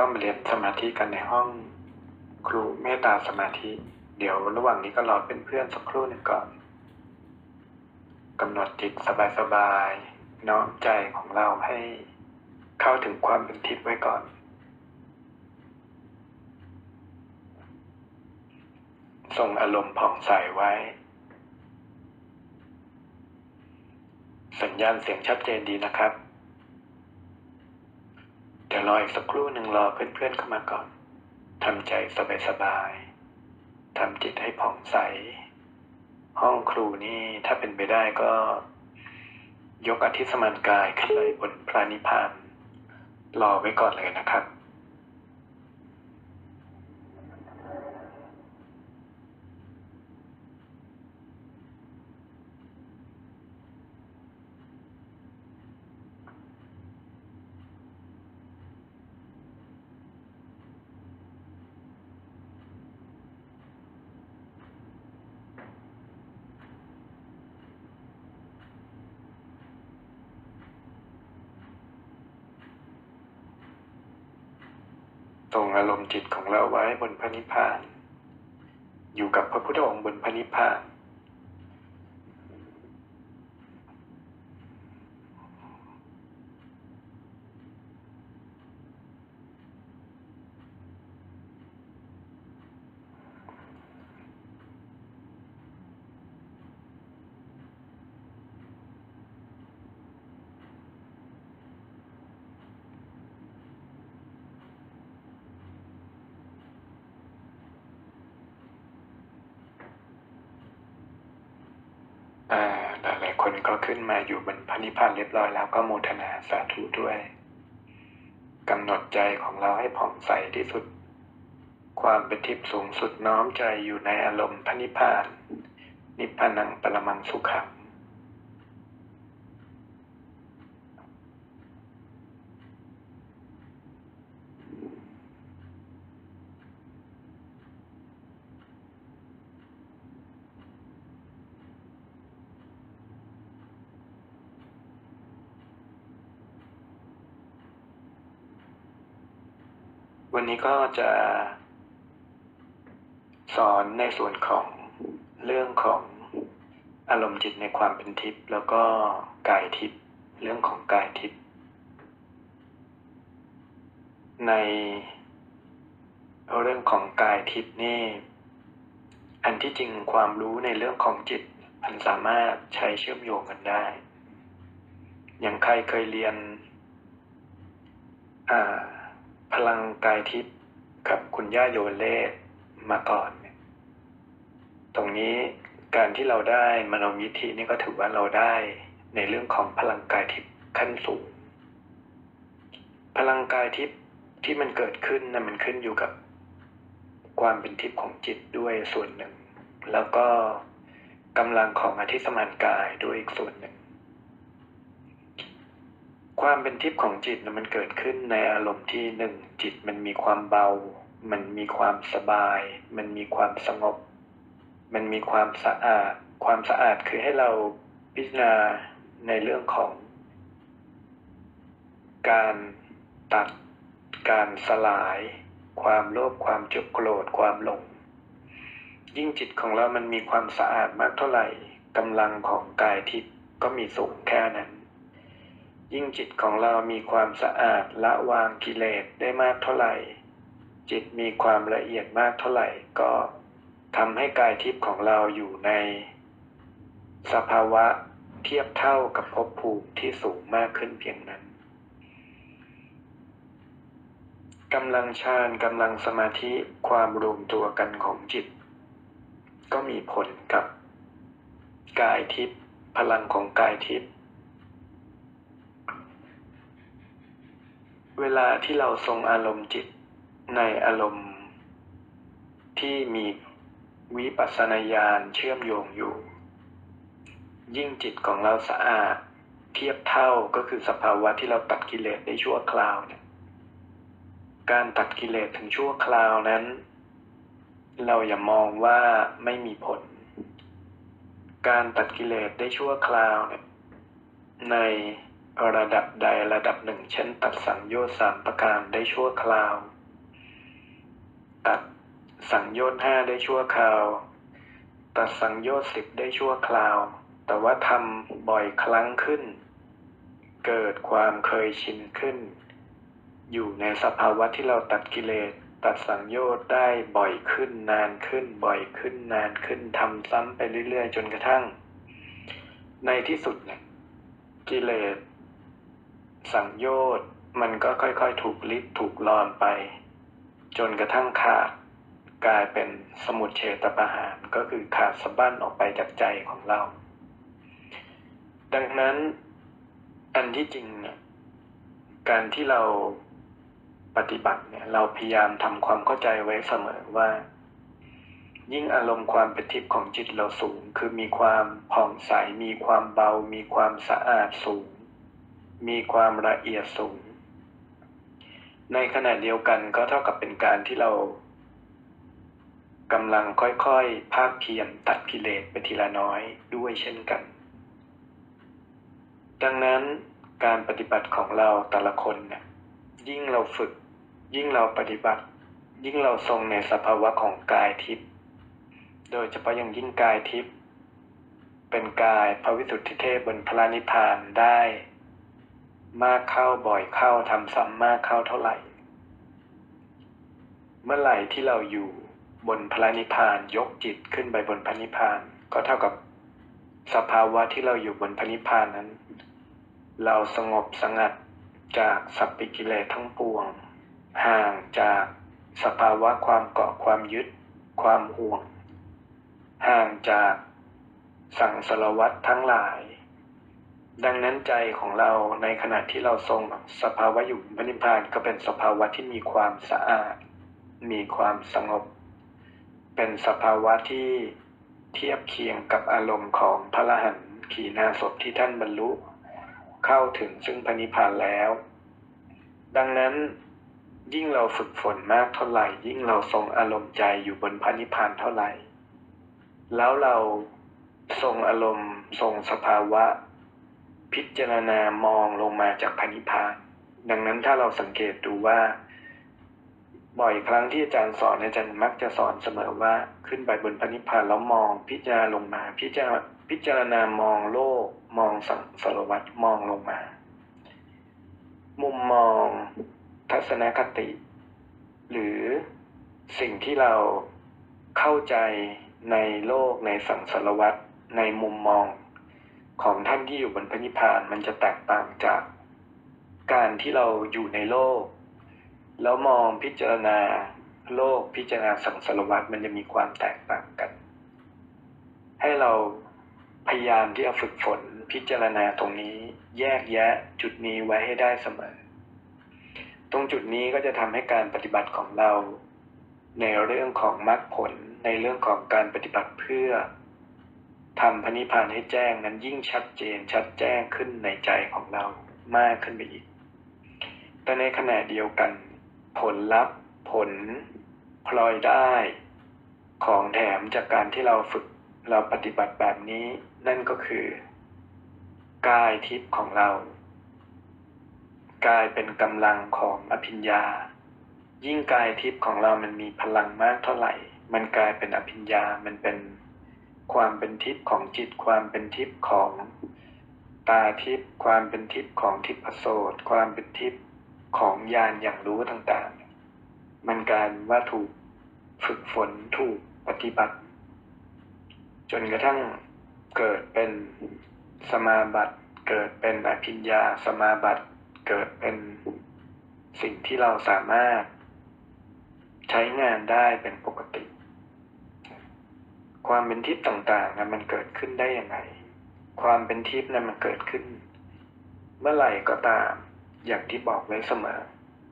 มาเรียนสมาธิกันในห้องครูเมตตาสมาธิเดี๋ยวระหว่างนี้ก็รอเป็นเพื่อนสักครู่หนึ่งก่อนกำหนดจิตสบายๆน้อมใจของเราให้เข้าถึงความเป็นทิพย์ไว้ก่อนส่งอารมณ์ผ่องใสไว้สัญญาณเสียงชัดเจนดีนะครับเดี๋ยวรออีกสักครู่หนึ่งรอเพื่อนๆเข้ามาก่อนทำใจสบายๆทำจิตให้ผ่องใสห้องครูนี่ถ้าเป็นไปได้ก็ยกอธิสมานกายขึ้นไปบนพระนิพพานรอไว้ก่อนเลยนะครับส่งอารมณ์จิตของเราไว้บนพระนิพพานอยู่กับพระพุทธองค์บนพระนิพพานหลายๆคนก็ขึ้นมาอยู่บนพระนิพพานเรียบร้อยแล้วก็โมทนาสาธุด้วยกำหนดใจของเราให้ผ่องใสที่สุดความเป็นทิพย์สูงสุดน้อมใจอยู่ในอารมณ์พระนิพพานนิพพานังปรมังสุขังวันนี้ก็จะสอนในส่วนของเรื่องของอารมณ์จิตในความเป็นทิพย์แล้วก็กายทิพย์เรื่องของกายทิพย์ในเรื่องของกายทิพย์นี่อันที่จริงความรู้ในเรื่องของจิตมันสามารถใช้เชื่อมโยงกันได้อย่างใครเคยเรียนพลังกายทิพย์กับคุณย่าโยเลศมาก่อนตรงนี้การที่เราได้มโนยิทธินี่ก็ถือว่าเราได้ในเรื่องของพลังกายทิพย์ขั้นสูงพลังกายทิพย์ที่มันเกิดขึ้นนะมันขึ้นอยู่กับความเป็นทิพย์ของจิตด้วยส่วนหนึ่งแล้วก็กำลังของอธิสมานกายด้วยอีกส่วนหนึ่งความเป็นทิพย์ของจิตนะมันเกิดขึ้นในอารมณ์ที่หนึ่งจิตมันมีความเบามันมีความสบายมันมีความสงบมันมีความสะอาดความสะอาดคือให้เราพิจารณาในเรื่องของการตัดการสลายความโลภความโกรธความหลงยิ่งจิตของเรามันมีความสะอาดมากเท่าไหร่กำลังของกายทิพย์ก็มีสูงแค่นั้นยิ่งจิตของเรามีความสะอาดละวางกิเลสได้มากเท่าไหร่จิตมีความละเอียดมากเท่าไหร่ก็ทำให้กายทิพย์ของเราอยู่ในสภาวะเทียบเท่ากับภพภูมิที่สูงมากขึ้นเพียงนั้นกำลังฌานกำลังสมาธิความรวมตัวกันของจิตก็มีผลกับกายทิพย์พลังของกายทิพย์เวลาที่เราทรงอารมณ์จิตในอารมณ์ที่มีวิปัสสนาญาณเชื่อมโยงอยู่ยิ่งจิตของเราสะอาดเทียบเท่าก็คือสภาวะที่เราตัดกิเลสได้ชั่วคราวเนี่ยการตัดกิเลสถึงชั่วคราวนั้นเราอย่ามองว่าไม่มีผลการตัดกิเลสได้ชั่วคราวเนี่ยในระดับใดระดับหนึ่งเช่นตัดสังโยชน์3 ประการได้ชั่วคราวตัดสังโยชน์5ได้ชั่วคราวตัดสังโยชน์10ได้ชั่วคราวแต่ว่าทำบ่อยครั้งขึ้นเกิดความเคยชินขึ้นอยู่ในสภาวะที่เราตัดกิเลสตัดสังโยชน์ได้บ่อยขึ้นนานขึ้นบ่อยขึ้นนานขึ้นทำซ้ำไปเรื่อยๆจนกระทั่งในที่สุดเนี่ยกิเลสสังโยชน์มันก็ค่อยๆถูกลิดถูกลอนไปจนกระทั่งขาดกลายเป็นสมุจเฉทประหารก็คือขาดสะบั้นออกไปจากใจของเราดังนั้นอันที่จริงเนี่ยการที่เราปฏิบัติเนี่ยเราพยายามทำความเข้าใจไว้เสมอว่ายิ่งอารมณ์ความเป็นทิพย์ของจิตเราสูงคือมีความผ่องใสมีความเบามีความสะอาดสูงมีความละเอียดสูงในขณะเดียวกันก็เท่ากับเป็นการที่เรากำลังค่อยๆภาคเพียรตัดกิเลสไปทีละน้อยด้วยเช่นกันดังนั้นการปฏิบัติของเราแต่ละคนเนี่ยยิ่งเราฝึกยิ่งเราปฏิบัติยิ่งเราทรงในสภาวะของกายทิพย์โดยเฉพาะอย่างยิ่งกายทิพย์เป็นกายพระวิสุทธิเทพบนพระนิพพานได้มากเข้าบ่อยเข้าทำซ้ำมากเข้าเท่าไหร่เมื่อไหร่ที่เราอยู่บนพระนิพพานยกจิตขึ้นไปบนพระนิพพานก็เท่ากับสภาวะที่เราอยู่บนพระนิพพานนั้นเราสงบสงัดจากสัพพิกิเลสทั้งปวงห่างจากสภาวะความเกาะความยึดความห่วงห่างจากสังสารวัฏทั้งหลายดังนั้นใจของเราในขณะที่เราทรงสภาวะอยู่บนพระนิพพานก็เป็นสภาวะที่มีความสะอาดมีความสงบเป็นสภาวะที่เทียบเคียงกับอารมณ์ของพระอรหันต์ขีณาสพที่ท่านบรรลุเข้าถึงซึ่งพระนิพพานแล้วดังนั้นยิ่งเราฝึกฝนมากเท่าไหร่ยิ่งเราทรงอารมณ์ใจอยู่บนพระนิพพานเท่าไหร่แล้วเราทรงอารมณ์ทรงสภาวะพิจารณามองลงมาจากพระนิพพานดังนั้นถ้าเราสังเกตดูว่าบ่อยครั้งที่อาจารย์สอนอาจารย์มักจะสอนเสมอว่าขึ้นไปบนพระนิพพานแล้วมองพิจารณาลงมาพิจารณามองโลกมองสังสารวัฏมองลงมามุมมองทัศนคติหรือสิ่งที่เราเข้าใจในโลกในสังสารวัฏในมุมมองของท่านที่อยู่บนพระนิพพานมันจะแตกต่างจากการที่เราอยู่ในโลกแล้วมองพิจารณาโลกพิจารณาสังสารวัฏมันจะมีความแตกต่างกันให้เราพยายามที่จะฝึกฝนพิจารณาตรงนี้แยกแยะจุดนี้ไว้ให้ได้เสมอตรงจุดนี้ก็จะทำให้การปฏิบัติของเราในเรื่องของมรรคผลในเรื่องของการปฏิบัติเพื่อทำพระนิพพานให้แจ้งนั้นยิ่งชัดเจนชัดแจ้งขึ้นในใจของเรามากขึ้นไปอีกแต่ในขณะเดียวกันผลลัพธ์ผลพลอยได้ของแถมจากการที่เราฝึกเราปฏิบัติแบบนี้นั่นก็คือกายทิพย์ของเรากายเป็นกำลังของอภิญญายิ่งกายทิพย์ของเรามันมีพลังมากเท่าไหร่มันกลายเป็นอภิญญามันเป็นความเป็นทิพย์ของจิตความเป็นทิพย์ของตาทิพย์ความเป็นทิพย์ของทิพโสตความเป็นทิพย์ของญาณอย่างรู้ต่างๆมันกลายว่าถูกฝึกฝนถูกปฏิบัติจนกระทั่งเกิดเป็นสมาบัติเกิดเป็นอภิญญาสมาบัติเกิดเป็นสิ่งที่เราสามารถใช้งานได้เป็นปกติความเป็นทิพย์ต่างๆนะมันเกิดขึ้นได้ยังไงความเป็นทิพย์นั้นมันเกิดขึ้นเมื่อไหร่ก็ตามอย่างที่บอกไว้เสมอ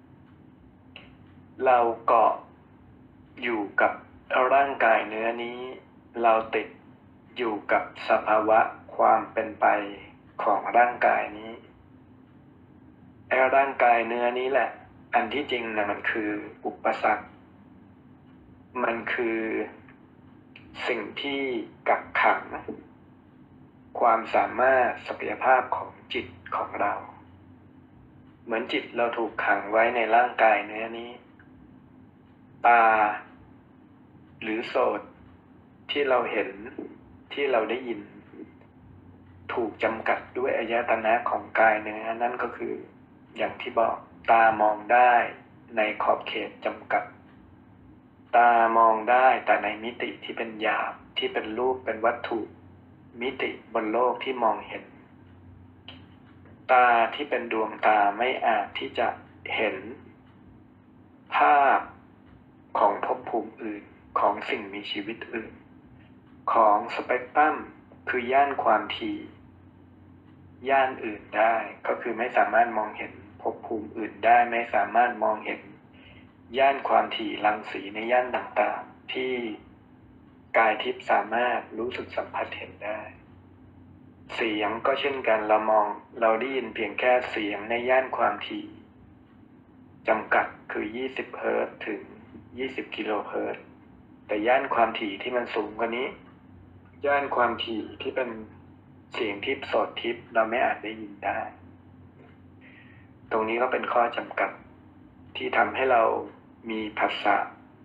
เราเกาะอยู่กับร่างกายเนื้อนี้เราติดอยู่กับสภาวะความเป็นไปของร่างกายนี้ไอ้ร่างกายเนื้อนี้แหละอันที่จริงนะมันคืออุปสรรคมันคือสิ่งที่กักขังความสามารถศักยภาพของจิตของเราเหมือนจิตเราถูกขังไว้ในร่างกายเนื้อนี้ตาหรือโสตที่เราเห็นที่เราได้ยินถูกจำกัดด้วยอายตนะของกายเนื้อนั่นก็คืออย่างที่บอกตามองได้ในขอบเขตจำกัดตามองได้แต่ในมิติที่เป็นหยาบที่เป็นรูปเป็นวัตถุมิติบนโลกที่มองเห็นตาที่เป็นดวงตาไม่อาจที่จะเห็นภาพของภพภูมิอื่นของสิ่งมีชีวิตอื่นของสเปกตรัมคือย่านความถี่ย่านอื่นได้ก็คือไม่สามารถมองเห็นภพภูมิอื่นได้ไม่สามารถมองเห็นย่านความถี่รังสีในย่านต่างๆที่กายทิพย์สามารถรู้สึกสัมผัสเห็นได้เสียงก็เช่นกันเราได้ยินเพียงแค่เสียงในย่านความถี่จำกัดคือ20เฮิรตซ์ถึง20กิโลเฮิรตซ์แต่ย่านความถี่ที่มันสูงกว่านี้ย่านความถี่ที่เป็นเสียงทิพย์โสตทิพย์เราไม่อาจได้ยินได้ตรงนี้ก็เป็นข้อจำกัดที่ทำให้เรามีภาษา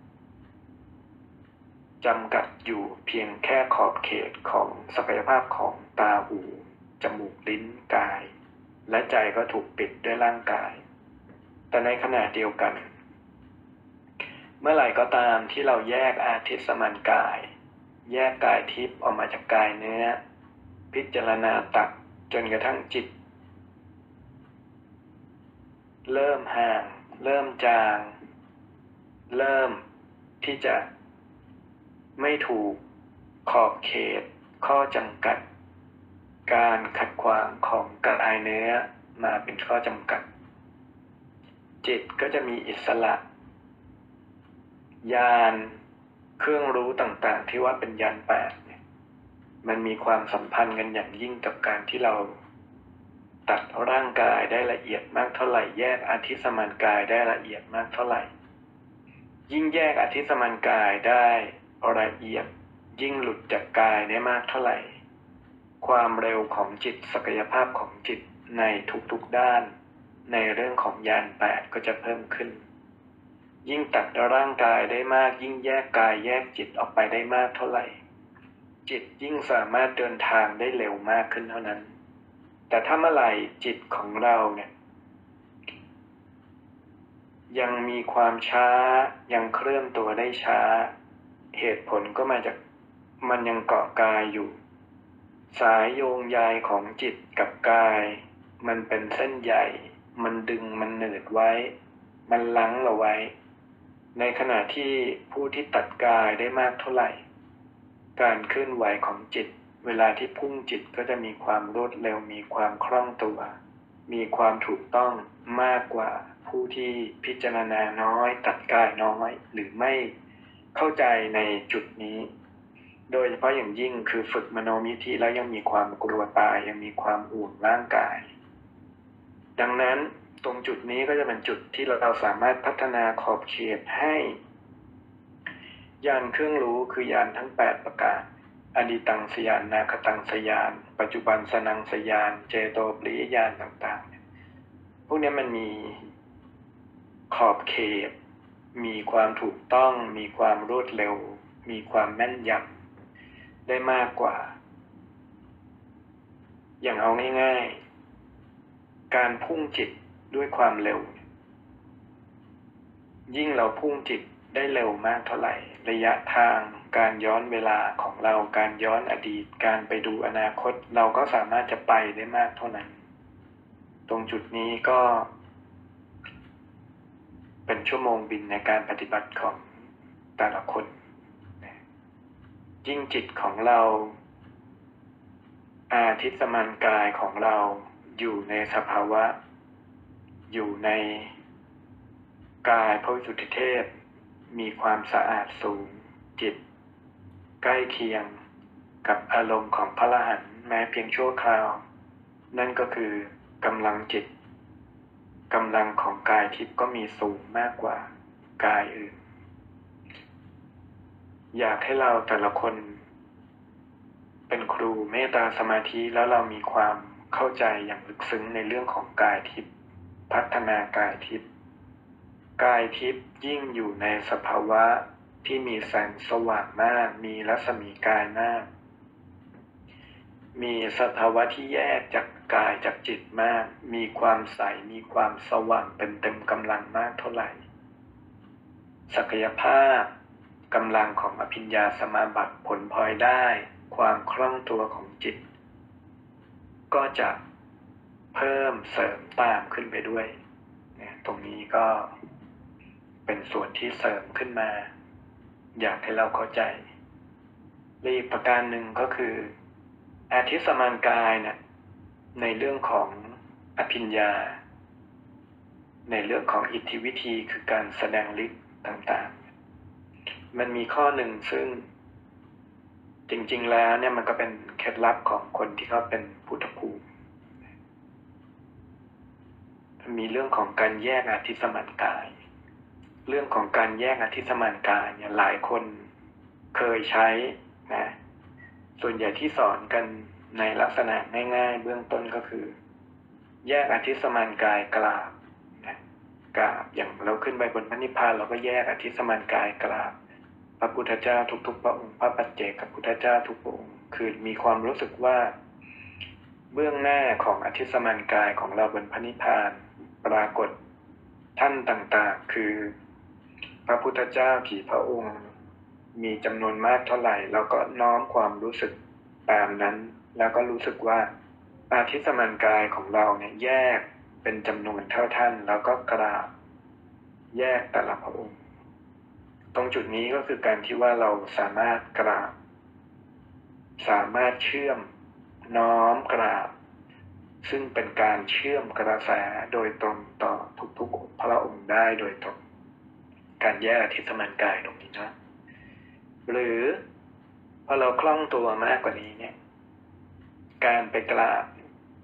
จำกัดอยู่เพียงแค่ขอบเขตของศักยภาพของตาหูจมูกลิ้นกายและใจก็ถูกปิดด้วยร่างกายแต่ในขณะเดียวกันเมื่อไหร่ก็ตามที่เราแยกอาทิตย์สมานกายแยกกายทิพย์ออกมาจากกายเนื้อพิจารณาตัดจนกระทั่งจิตเริ่มห่างเริ่มจางเริ่มที่จะไม่ถูกขอบเขตข้อจำกัดการขัดขวางของกายเนื้อมาเป็นข้อจำกัดจิตก็จะมีอิสระญาณเครื่องรู้ต่างๆที่ว่าเป็นญาณ8เนี่ยมันมีความสัมพันธ์กันอย่างยิ่งกับการที่เราตัดร่างกายได้ละเอียดมากเท่าไหร่แยกอาทิสมานกายได้ละเอียดมากเท่าไหร่ยิ่งแยกอาทิสมานกายได้ละเอียดยิ่งหลุดจากกายได้มากเท่าไหร่ความเร็วของจิตศักยภาพของจิตในทุกๆด้านในเรื่องของญาณ8ก็จะเพิ่มขึ้นยิ่งตัดร่างกายได้มากยิ่งแยกกายแยกจิตออกไปได้มากเท่าไหร่จิตยิ่งสามารถเดินทางได้เร็วมากขึ้นเท่านั้นแต่ถ้าเมื่อไหร่จิตของเราเนี่ยยังมีความช้ายังเคลื่อนตัวได้ช้าเหตุผลก็มาจากมันยังเกาะกายอยู่สายโยงใยของจิตกับกายมันเป็นเส้นใยมันดึงมันหนืดไว้มันลังเราไว้ในขณะที่ผู้ที่ตัดกายได้มากเท่าไหร่การเคลื่อนไหวของจิตเวลาที่พุ่งจิตก็จะมีความรวดเร็วมีความคล่องตัวมีความถูกต้องมากกว่าผู้ที่พิจารณาน้อยตัดกายน้อยหรือไม่เข้าใจในจุดนี้โดยเฉพาะอย่างยิ่งคือฝึกมโนมิธิแล้วยังมีความกลัวตายยังมีความอุ่นร่างกายดังนั้นตรงจุดนี้ก็จะเป็นจุดที่เราสามารถพัฒนาขอบเขตให้ญาณเครื่องรู้คือญาณทั้ง8ประการอดีตังสยานนาคตังสยานปัจจุบันสนังสยานเจโตปริยญาณต่างๆพวกนี้มันมีขอบเขตมีความถูกต้องมีความรวดเร็วมีความแม่นยำได้มากกว่าอย่างเอาง่ายๆการพุ่งจิตด้วยความเร็วยิ่งเราพุ่งจิตได้เร็วมากเท่าไหร่ระยะทางการย้อนเวลาของเราการย้อนอดีตการไปดูอนาคตเราก็สามารถจะไปได้มากเท่านั้นตรงจุดนี้ก็เป็นชั่วโมงบินในการปฏิบัติของแต่ละคนยิ่งจิตของเราอาทิตย์สมานกายของเราอยู่ในสภาวะอยู่ในกายพระวิสุทธิเทพมีความสะอาดสูงจิตใกล้เคียงกับอารมณ์ของพระอรหันต์แม้เพียงชั่วคราวนั่นก็คือกำลังจิตกำลังของกายทิพย์ก็มีสูงมากกว่ากายอื่นอยากให้เราแต่ละคนเป็นครูเมตตาสมาธิแล้วเรามีความเข้าใจอย่างลึกซึ้งในเรื่องของกายทิพย์พัฒนากายทิพย์กายทิพย์ยิ่งอยู่ในสภาวะที่มีแสงสว่างมากมีรัศมีกายมากมีสภาวะที่แยกจากกายจากจิตมากมีความใสมีความสว่างเป็นเต็มกำลังมากเท่าไหร่ศักยภาพกำลังของอภิญญาสมาบัติผลพลอยได้ความคล่องตัวของจิตก็จะเพิ่มเสริมตามขึ้นไปด้วยตรงนี้ก็เป็นส่วนที่เสริมขึ้นมาอยากให้เราเข้าใจอีกประการหนึ่งก็คืออาทิสมานกายเนี่ยในเรื่องของอภิญญาในเรื่องของอิทธิวิธีคือการแสดงฤทธิ์ต่างๆมันมีข้อหนึ่งซึ่งจริงๆแล้วเนี่ยมันก็เป็นเคล็ดลับของคนที่เขาเป็นพุทธภูมิมีเรื่องของการแยกอาทิสมานกายเรื่องของการแยกอาทิสมานกายเนี่ยหลายคนเคยใช้นะส่วนใหญ่ที่สอนกันในลักษณะง่ายๆเบื้องต้นก็คือแยกอาทิสมานกายกราบนะกราบอย่างเราขึ้นไปบนพระนิพพานเราก็แยกอาทิสมานกายกราบพระพุทธเจ้าทุกๆพระองค์พระปัจเจกพุทธเจ้าทุกพระองค์คือมีความรู้สึกว่าเบื้องหน้าของอาทิสมานกายของเราบนพระนิพพานปรากฏท่านต่างๆคือพระพุทธเจ้ากี่พระองค์มีจำนวนมากเท่าไหร่เราก็น้อมความรู้สึกตามนั้นแล้วก็รู้สึกว่าอาทิสมานกายของเราเนี่ยแยกเป็นจำนวนเท่าท่านแล้วก็กราบแยกแต่ละพระองค์ตรงจุดนี้ก็คือการที่ว่าเราสามารถกราบสามารถเชื่อมน้อมกราบซึ่งเป็นการเชื่อมกระแสโดยตรงต่อทุกๆพระองค์ได้โดยตรงการแยกอาทิสมานกายตรงนี้นะหรือพอเราคล่องตัวมากกว่านี้เนี่ยการไปกราบ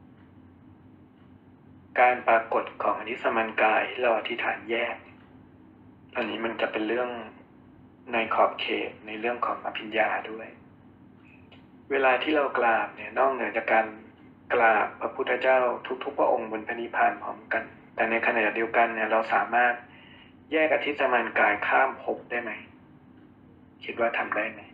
การปรากฏของอาทิสมานกายที่เราอธิษฐานแยกอันนี้มันจะเป็นเรื่องในขอบเขตในเรื่องของอภิญญาด้วยเวลาที่เรากราบเนี่ยนอกเหนือจากการกราบพระพุทธเจ้าทุกๆพระองค์บนพระนิพพานพร้อมกันแต่ในขณะเดียวกันเนี่ยเราสามารถแยกอาทิสมานกายข้ามภพได้ไหมคิดว่าทำได้ไหม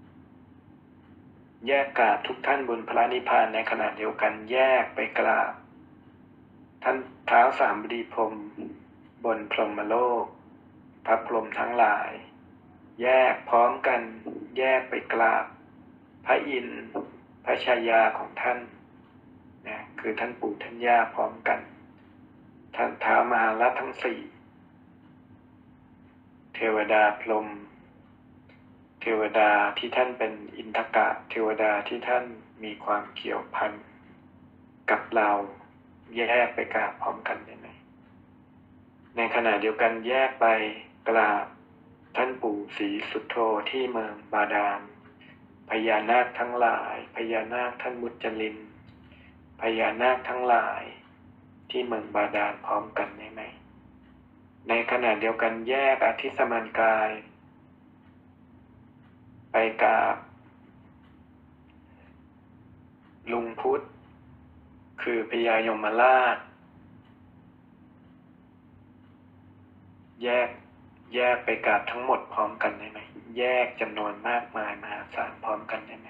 แยกกราบทุกท่านบนพระนิพพานในขณะเดียวกันแยกไปกราบท่านท้าวสามบดีพรหมบนพรหมโลกพระพรหมทั้งหลายแยกพร้อมกันแยกไปกราบพระอินทร์พระชายาของท่านนะคือท่านปู่ท่านย่าพร้อมกันท่านท้าวมหาราชทั้งสี่เทวดาพรหมเทวดาที่ท่านเป็นอินทกะเทวดาที่ท่านมีความเกี่ยวพันกับเราแยกไปกราบพร้อมกันได้ไหมในขณะเดียวกันแยกไปกราบท่านปู่ศรีสุโธที่เมืองบาดาลพญานาคทั้งหลายพญานาคท่านมุจลินพญานาคทั้งหลายที่เมืองบาดาลพร้อมกันได้ไหมในขณะเดียวกันแยกอาทิสมานกายไปกราบลุงพุทธคือพญายมราชแยกไปกราบทั้งหมดพร้อมกันได้ไหมแยกจำนวนมากมายมหาศาลพร้อมกันได้ไหม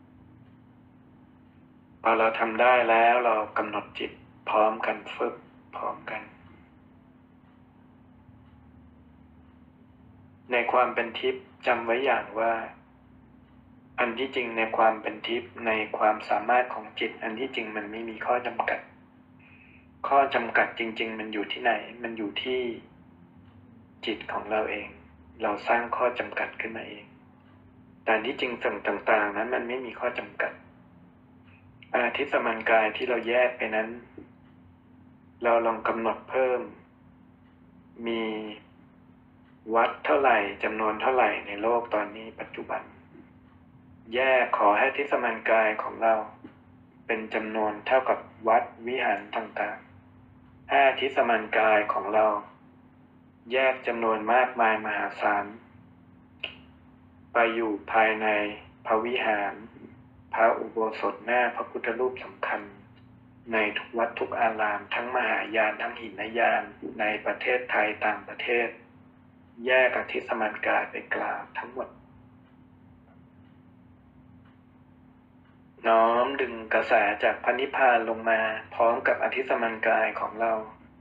พอเราทำได้แล้วเรากำหนดจิตพร้อมกันฝึกพร้อมกันในความเป็นทิพย์จำไว้อย่างว่าอันที่จริงในความเป็นทิพย์ในความสามารถของจิตอันที่จริงมันไม่มีข้อจำกัดข้อจำกัดจริงๆมันอยู่ที่ไหนมันอยู่ที่จิตของเราเองเราสร้างข้อจำกัดขึ้นมาเองแต่ที่จริงสิ่งต่างๆนั้นมันไม่มีข้อจำกัดอาทิสมานกายที่เราแยกไปนั้นเราลองกำหนดเพิ่มมีวัดเท่าไหร่จำนวนเท่าไหร่ในโลกตอนนี้ปัจจุบันแยกขอให้อาทิสมานกายของเราเป็นจำนวนเท่ากับวัดวิหารต่างๆอาทิสมานกายของเราแยกจำนวนมากมายมหาศาลไปอยู่ภายในพระวิหารพระอุโบสถหน้าพระพุทธรูปสำคัญในทุกวัดทุกอารามทั้งมหายานทั้งหินยานในประเทศไทยต่างประเทศแยกอธิสมานกายไปกล่าวทั้งหมดน้อมดึงกระแสจากพระนิพพานลงมาพร้อมกับอธิสมานกายของเรา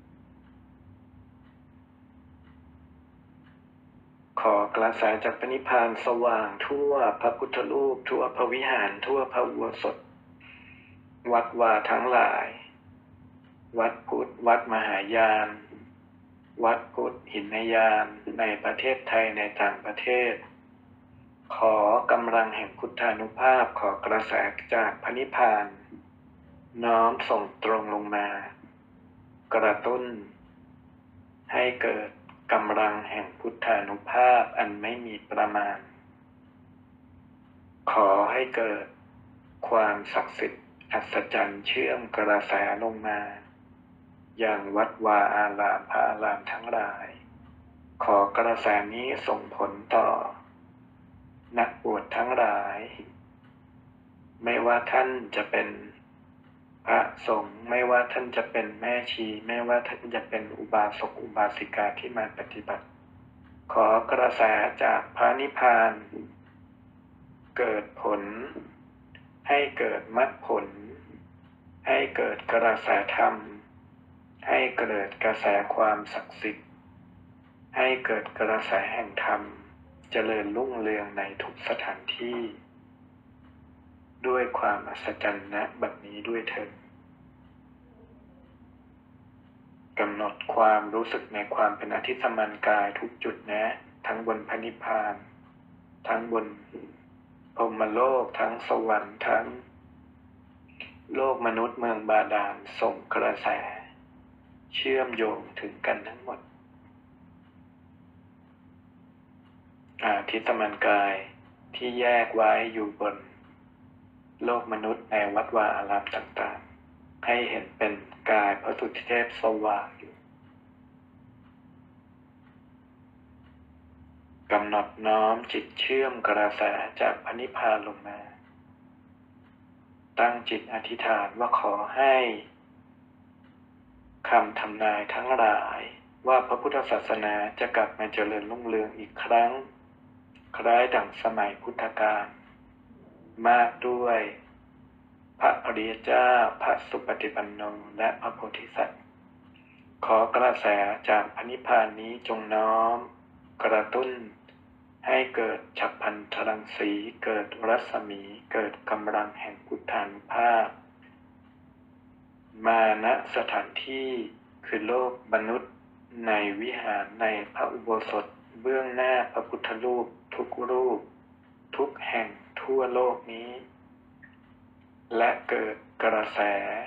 ขอกระแสจากพระนิพพานสว่างทั่วพระพุทธรูปทั่วพระวิหารทั่วพระอุโบสถวัดวาทั้งหลายวัดพุทธวัดมหายานวัดพุทธหินยานในประเทศไทยในต่างประเทศขอกำลังแห่งพุทธานุภาพขอกระแสจากพระนิพพานน้อมส่งตรงลงมากระตุ้นให้เกิดกำลังแห่งพุทธานุภาพอันไม่มีประมาณขอให้เกิดความศักดิ์สิทธิ์อัศจรรย์เชื่อมกระแสลงมาอย่างวัดวาอารามพระอารามทั้งหลายขอกระแสนี้ส่งผลต่อนักบวชทั้งหลายไม่ว่าท่านจะเป็นพระสงฆ์ไม่ว่าท่านจะเป็นแม่ชีไม่ว่าท่านจะเป็นอุบาสกอุบาสิกาที่มาปฏิบัติขอกระแสจากพระนิพพานเกิดผลให้เกิดมรรคผลให้เกิดกระแสธรรมให้เกิดกระแสความศักดิ์สิทธิ์ให้เกิดกระแสแห่งธรรมเจริญรุ่งเรืองในทุกสถานที่ด้วยความอัศจรรย์ณบัดนี้ด้วยเถิดกำหนดความรู้สึกในความเป็นอธิสมานกายทุกจุดนะทั้งบนพระนิพพานทั้งบนพรหมโลกทั้งสวรรค์ทั้งโลกมนุษย์เมืองบาดาลส่งกระแสเชื่อมโยงถึงกันทั้งหมดอธิสมานกายที่แยกไว้อยู่บนโลกมนุษย์ในวัดวาอารามต่างๆให้เห็นเป็นกายพระสุทธิเทพสว่างอยู่กำหนดน้อมจิตเชื่อมกระแสจากพระนิพพานลงมาตั้งจิตอธิษฐานว่าขอให้คำทำนายทั้งหลายว่าพระพุทธศาสนาจะกลับมาเจริญรุ่งเรืองอีกครั้งคล้ายดั่งสมัยพุทธกาลมากด้วยพระอริยเจ้าพระสุปฏิปันโนและพระโพธิสัตว์ขอกระแสจากพระนิพพานนี้จงน้อมกระตุ้นให้เกิดฉับพลันตรังสีเกิดรัศมีเกิดกำลังแห่งพุทธานุภาพมาณสถานที่คือโลกมนุษย์ในวิหารในพระอุโบสถเบื้องหน้าพระพุทธรูปทุกรูปทุกแห่งทั่วโลกนี้และเกิดกระแส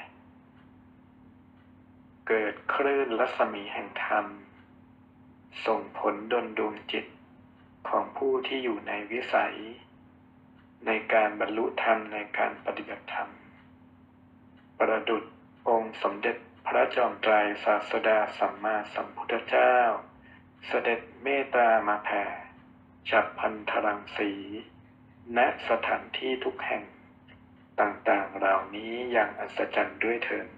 เกิดคลื่นรัศมีแห่งธรรมส่งผลดลดวงจิตของผู้ที่อยู่ในวิสัยในการบรรลุธรรมในการปฏิบัติธรรมประดุจองค์สมเด็จพระจอมไตรศาสดาสัมมาสัมพุทธเจ้าเสด็จเมตตามาแผ่ฉับพลันตรังสีณสถานที่ทุกแห่งต่างๆเหล่านี้อย่างอัศจรรย์ด้วยเถิด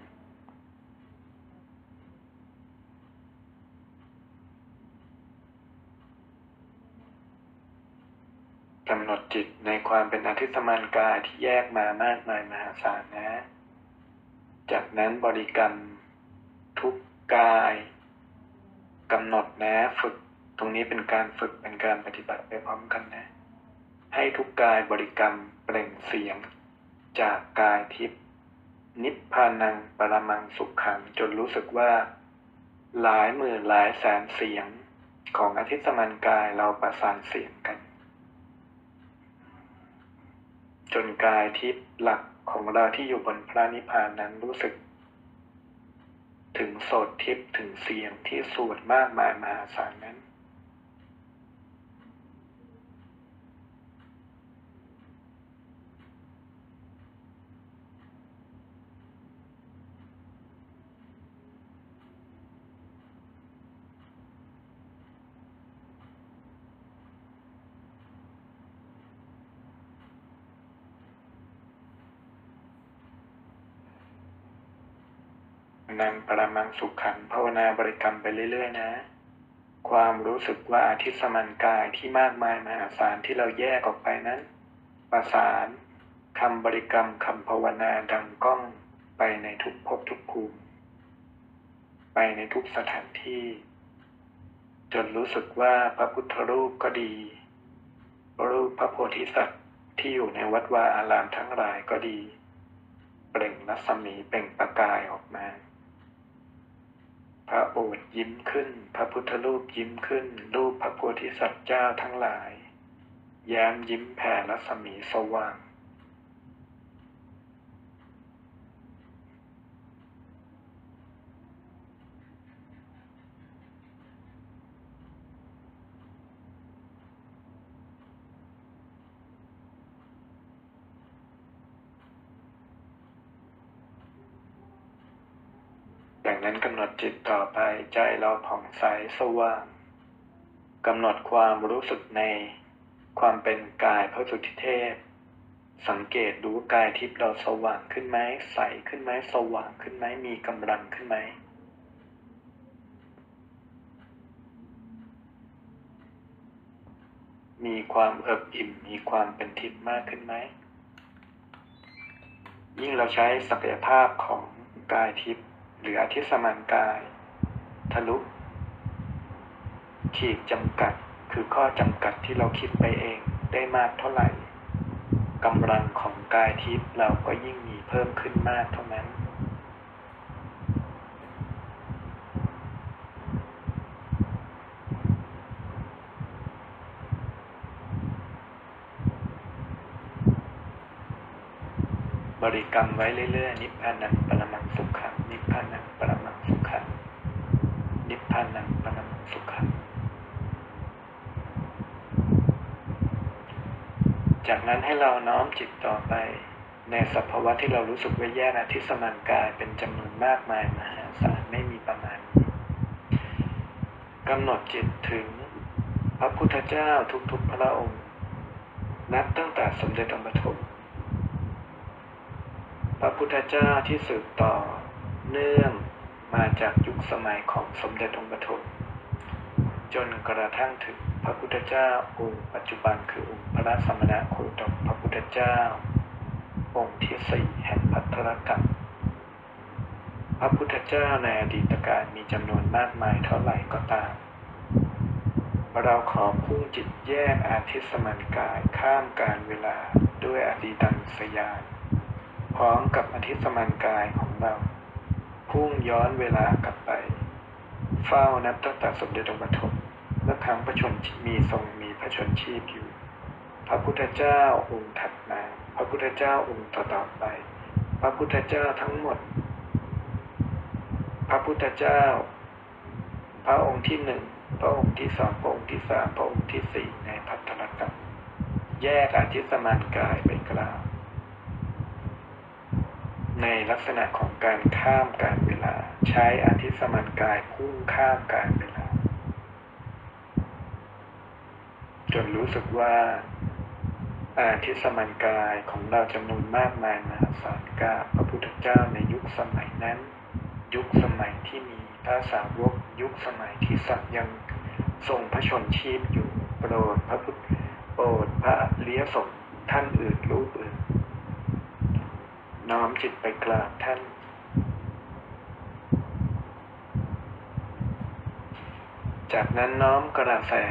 กำหนดจิตในความเป็นอธิสมานกายที่แยกมามากมายมหาศาลนะจากนั้นบริกรรมทุกกายกำหนดนะฝึกตรงนี้เป็นการฝึกเป็นการปฏิบัติไปพร้อมกันนะให้ทุกกายบริกรรมเปล่งเสียงจากกายทิพย์นิพพานังปรมังสุขขังจนรู้สึกว่าหลายหมื่นหลายแสนเสียงของอธิสมานกายเราประสานเสียงกันจนกายทิพย์หลักของเราที่อยู่บนพระนิพพานนั้นรู้สึกถึงโสตทิพย์ถึงเสียงที่สวดมากมายมหาศาลนั้นนังปรมังสุขขังภาวนาบริกรรมไปเรื่อยๆนะความรู้สึกว่าอาทิตสมันกายที่มากมายมหาศาลที่เราแยกออกไปนั้นประสานคำบริกรรมคำภาวนาดังก้องไปในทุกภพทุกภูมิไปในทุกสถานที่จนรู้สึกว่าพระพุทธรูปก็ดีรูปพระโพธิสัตว์ที่อยู่ในวัดวาอารามทั้งหลายก็ดีเปล่งรัศมีเปล่งประกายออกมาพระโอษฐ์ยิ้มขึ้นพระพุทธรูปยิ้มขึ้นรูปพระโพธิสัตว์เจ้าทั้งหลายแย้มยิ้มแผ่รัศมีสว่างจากนั้นกำหนดจิตต่อไปใจเราผ่องใสสว่างกำหนดความรู้สึกในความเป็นกายพระสุทธิเทพสังเกตดูกายทิพย์เราสว่างขึ้นไหมใสขึ้นไหมสว่างขึ้นไหมมีกำลังขึ้นไหมมีความเอิบอิ่มมีความเป็นทิพย์มากขึ้นไหมยิ่งเราใช้ศักยภาพของกายทิพย์หรืออธิสมานกายทะลุขีดจำกัดคือข้อจำกัดที่เราคิดไปเองได้มากเท่าไหร่กำลังของกายทิพย์เราก็ยิ่งมีเพิ่มขึ้นมากเท่านั้นบริกรรมไว้เรื่อยๆนิพพานังปรมังสุขขังนิพพานังปรมังสุขขังนิพพานังปรมังสุขขังจากนั้นให้เราน้อมจิตต่อไปในสภาวะที่เรารู้สึกว่าแยกอธิสมานกายเป็นจำนวนมากมายมหาศาลไม่มีประมาณกำหนดจิตถึงพระพุทธเจ้าทุกๆพระองค์นับตั้งแต่สมเด็จองค์ปฐมพระพุทธเจ้าที่สืบต่อเนื่องมาจากยุคสมัยของสมเด็จองค์ปฐมจนกระทั่งถึงพระพุทธเจ้าองค์ปัจจุบันคือองค์พระสมณโคดมพระพุทธเจ้าองค์ที่ 4แห่งภัทรกัปพระพุทธเจ้าในอดีตการมีจำนวนมากมายเท่าไหร่ก็ตามเราขอพุ่งจิตแยกอาทิสมานกายข้ามการเวลาด้วยอดีตังสยานพร้อมกับอาทิสมานกายของเราพุ่งย้อนเวลากลับไปเฝ้านับตั้งแต่สมเด็จองค์ปฐมเมื่อครั้งพระชนมีทรงมีพระชนชีพอยู่พระพุทธเจ้าองค์ถัดมาพระพุทธเจ้าองค์ต่อๆไปพระพุทธเจ้าทั้งหมดพระพุทธเจ้าพระองค์ที่ 1พระองค์ที่ 2พระองค์ที่ 3พระองค์ที่ 4ในภัทรกัปแยกอาทิสมานกายไปกล่าวในลักษณะของการข้ามการเวลาใช้อาทิสมานกายพุ่งข้ามการเวลาจนรู้สึกว่าอาทิสมานกายของเราจำนวนมากมายมหาศาลกับพระพุทธเจ้าในยุคสมัยนั้นยุคสมัยที่มีพระสาวกยุคสมัยที่สัตว์ยังทรงพระชนชีพอยู่โปรดพระอริยสงฆ์ท่านอื่นรูปอื่นน้อมจิตไปกราบท่านจากนั้นน้อมกระแส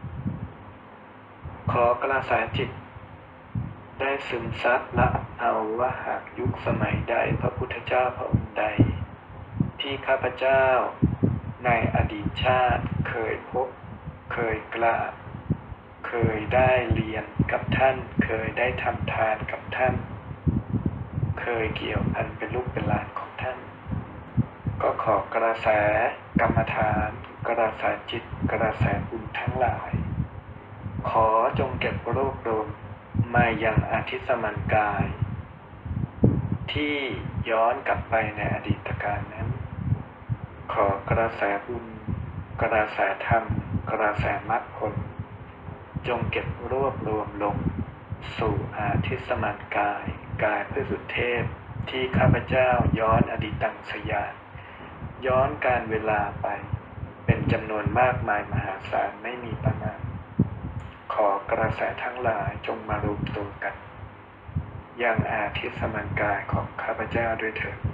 ขอกระแสจิตได้ซึมซับละเอาว่าหากยุคสมัยใดพระพุทธเจ้าพระองค์ใดที่ข้าพเจ้าในอดีตชาติเคยพบเคยกราบเคยได้เรียนกับท่านเคยได้ทำทานกับท่านเคยเกี่ยวพันเป็นลูกเป็นหลานของท่านก็ขอกระแสกรรมฐานกระแสจิตกระแสบุญทั้งหลายขอจงเก็บรวบรวมมายังอาทิสมานกายที่ย้อนกลับไปในอดีตการนั้นขอกระแสบุญกระแสธรรมกระแสมรรคผลจงเก็บรวบรวมลงสู่อาทิสมานกายกายพระสุทธิเทพที่ข้าพเจ้าย้อนอดีตังสยานย้อนการเวลาไปเป็นจำนวนมากมายมหาศาลไม่มีประมาณขอกระแสทั้งหลายจงมารวมตัวกันยังอาทิตย์สมังกายของข้าพเจ้าด้วยเถิด